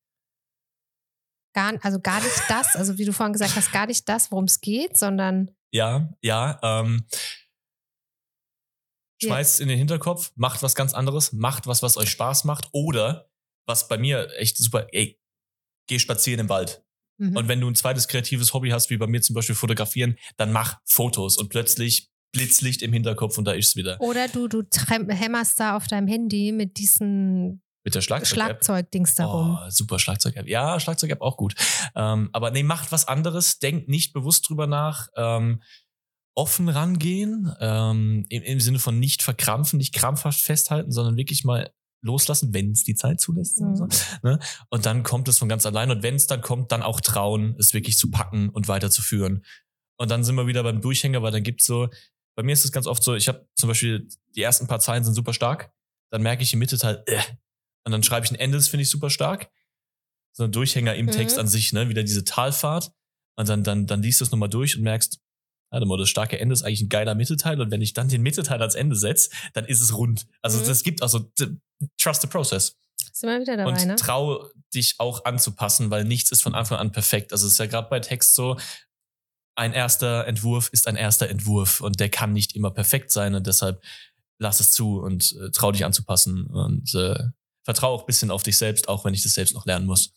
Gar, also gar nicht das, also wie du vorhin gesagt hast, gar nicht das, worum es geht, sondern Ja, ja. Ähm, wie schmeißt es in den Hinterkopf, macht was ganz anderes, macht was, was euch Spaß macht oder, was bei mir echt super, ey, geh spazieren im Wald. Mhm. Und wenn du ein zweites kreatives Hobby hast, wie bei mir zum Beispiel fotografieren, dann mach Fotos und plötzlich Blitzlicht im Hinterkopf und da ist es wieder. Oder du, du hämmerst da auf deinem Handy mit diesen mit der Schlagzeug-App. Schlagzeug-Dings darum. Oh, super Schlagzeug-App. Ja, Schlagzeug-App auch gut. Ähm, aber nee, macht was anderes, denkt nicht bewusst drüber nach, ähm, offen rangehen, ähm, im, im Sinne von nicht verkrampfen, nicht krampfhaft festhalten, sondern wirklich mal loslassen, wenn es die Zeit zulässt. Mhm. Und, so, ne? Und dann kommt es von ganz allein. Und wenn es dann kommt, dann auch trauen, es wirklich zu packen und weiterzuführen. Und dann sind wir wieder beim Durchhänger, weil dann gibt's so, bei mir ist es ganz oft so, ich habe zum Beispiel, die ersten paar Zeilen sind super stark, dann merke ich im Mittelteil, äh, und dann schreibe ich ein Ende, das finde ich super stark. So ein Durchhänger im mhm. Text an sich, ne, wieder diese Talfahrt. Und dann, dann, dann liest du es nochmal durch und merkst, warte mal, das starke Ende ist eigentlich ein geiler Mittelteil und wenn ich dann den Mittelteil ans Ende setze, dann ist es rund. Also mhm. das gibt, also trust the process. Sind wir wieder dabei, und ne? trau dich auch anzupassen, weil nichts ist von Anfang an perfekt. Also es ist ja gerade bei Text so, ein erster Entwurf ist ein erster Entwurf und der kann nicht immer perfekt sein und deshalb lass es zu und äh, trau dich anzupassen und äh, vertrau auch ein bisschen auf dich selbst, auch wenn ich das selbst noch lernen muss.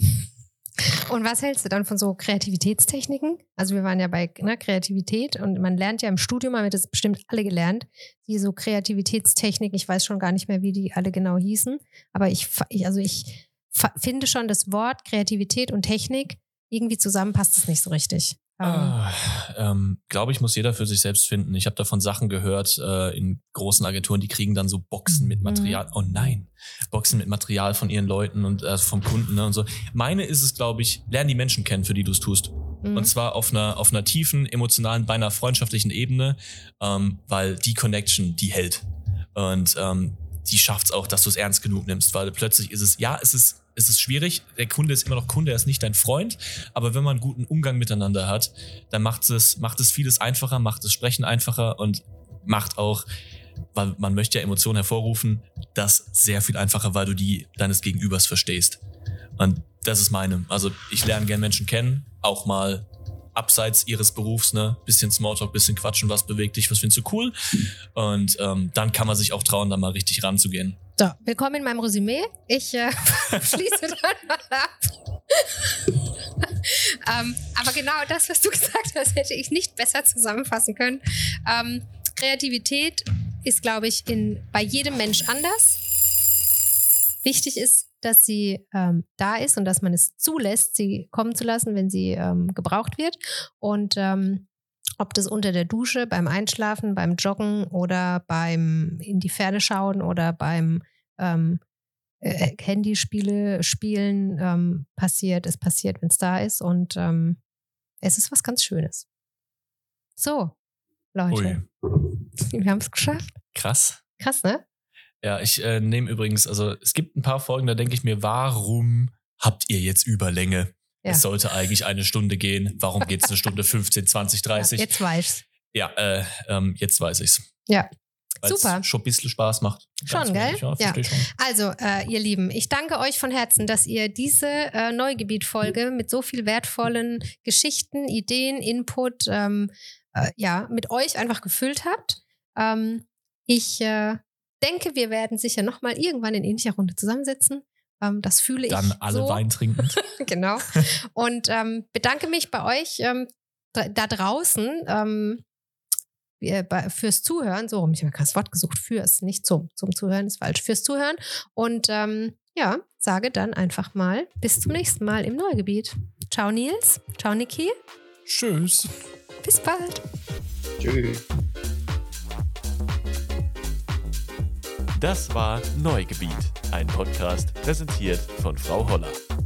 Und was hältst du dann von so Kreativitätstechniken? Also wir waren ja bei ne, Kreativität und man lernt ja im Studium, haben wir das bestimmt alle gelernt, die so Kreativitätstechniken, ich weiß schon gar nicht mehr, wie die alle genau hießen, aber ich, ich also ich finde schon das Wort Kreativität und Technik, irgendwie zusammen passt es nicht so richtig. Ah, ähm, glaube ich, muss jeder für sich selbst finden. Ich habe davon Sachen gehört äh, in großen Agenturen, die kriegen dann so Boxen mit Material. Mhm. Oh nein, Boxen mit Material von ihren Leuten und äh, vom Kunden ne, und so. Meine ist es, glaube ich, lern die Menschen kennen, für die du es tust. Mhm. Und zwar auf einer auf einer tiefen, emotionalen, beinahe freundschaftlichen Ebene, ähm, weil die Connection, die hält. Und ähm, die schafft es auch, dass du es ernst genug nimmst, weil plötzlich ist es, ja, es ist Es ist schwierig, der Kunde ist immer noch Kunde, er ist nicht dein Freund, aber wenn man einen guten Umgang miteinander hat, dann macht es, macht es vieles einfacher, macht das Sprechen einfacher und macht auch, weil man möchte ja Emotionen hervorrufen, das sehr viel einfacher, weil du die deines Gegenübers verstehst. Und das ist meine. Also ich lerne gern Menschen kennen, auch mal abseits ihres Berufs, ne, bisschen Smalltalk, bisschen quatschen, was bewegt dich, was findest du cool und ähm, dann kann man sich auch trauen, da mal richtig ranzugehen. So, willkommen in meinem Resümee. Ich äh, schließe dann mal ab. ähm, aber genau das, was du gesagt hast, hätte ich nicht besser zusammenfassen können. Ähm, Kreativität ist, glaube ich, in, bei jedem Mensch anders. Wichtig ist, dass sie ähm, da ist und dass man es zulässt, sie kommen zu lassen, wenn sie ähm, gebraucht wird. Und ähm, ob das unter der Dusche, beim Einschlafen, beim Joggen oder beim in die Ferne schauen oder beim ähm, äh, Handyspiele spielen ähm, passiert. Es passiert, wenn es da ist und ähm, es ist was ganz Schönes. So, Leute. Ui. Wir haben es geschafft. Krass. Krass, ne? Ja, ich äh, nehme übrigens, also es gibt ein paar Folgen, da denke ich mir, warum habt ihr jetzt Überlänge? Ja. Es sollte eigentlich eine Stunde gehen. Warum geht es eine Stunde fünfzehn, zwanzig, dreißig? Ja, jetzt weiß ich's. Ja, äh, ähm, jetzt weiß ich's. Ja, Weil's super. Schon ein bisschen Spaß macht. Schon, gell? Ja, ja. Schon. Also, äh, ihr Lieben, ich danke euch von Herzen, dass ihr diese äh, Neugebiet-Folge mit so viel wertvollen Geschichten, Ideen, Input, ähm, äh, ja, mit euch einfach gefüllt habt. Ähm, ich äh, denke, wir werden sicher nochmal irgendwann in ähnlicher Runde zusammensitzen. Ähm, das fühle Dann ich Dann alle so. Wein trinken. Genau. Und ähm, bedanke mich bei euch ähm, da, da draußen ähm, fürs Zuhören. So rum, ich habe das Wort gesucht. Fürs, nicht zum. Zum Zuhören ist falsch. Fürs Zuhören. Und ähm, ja, sage dann einfach mal bis zum nächsten Mal im Neugebiet. Ciao Nils. Ciao Niki. Tschüss. Bis bald. Tschüss. Das war Neugebiet, ein Podcast präsentiert von Frau Holler.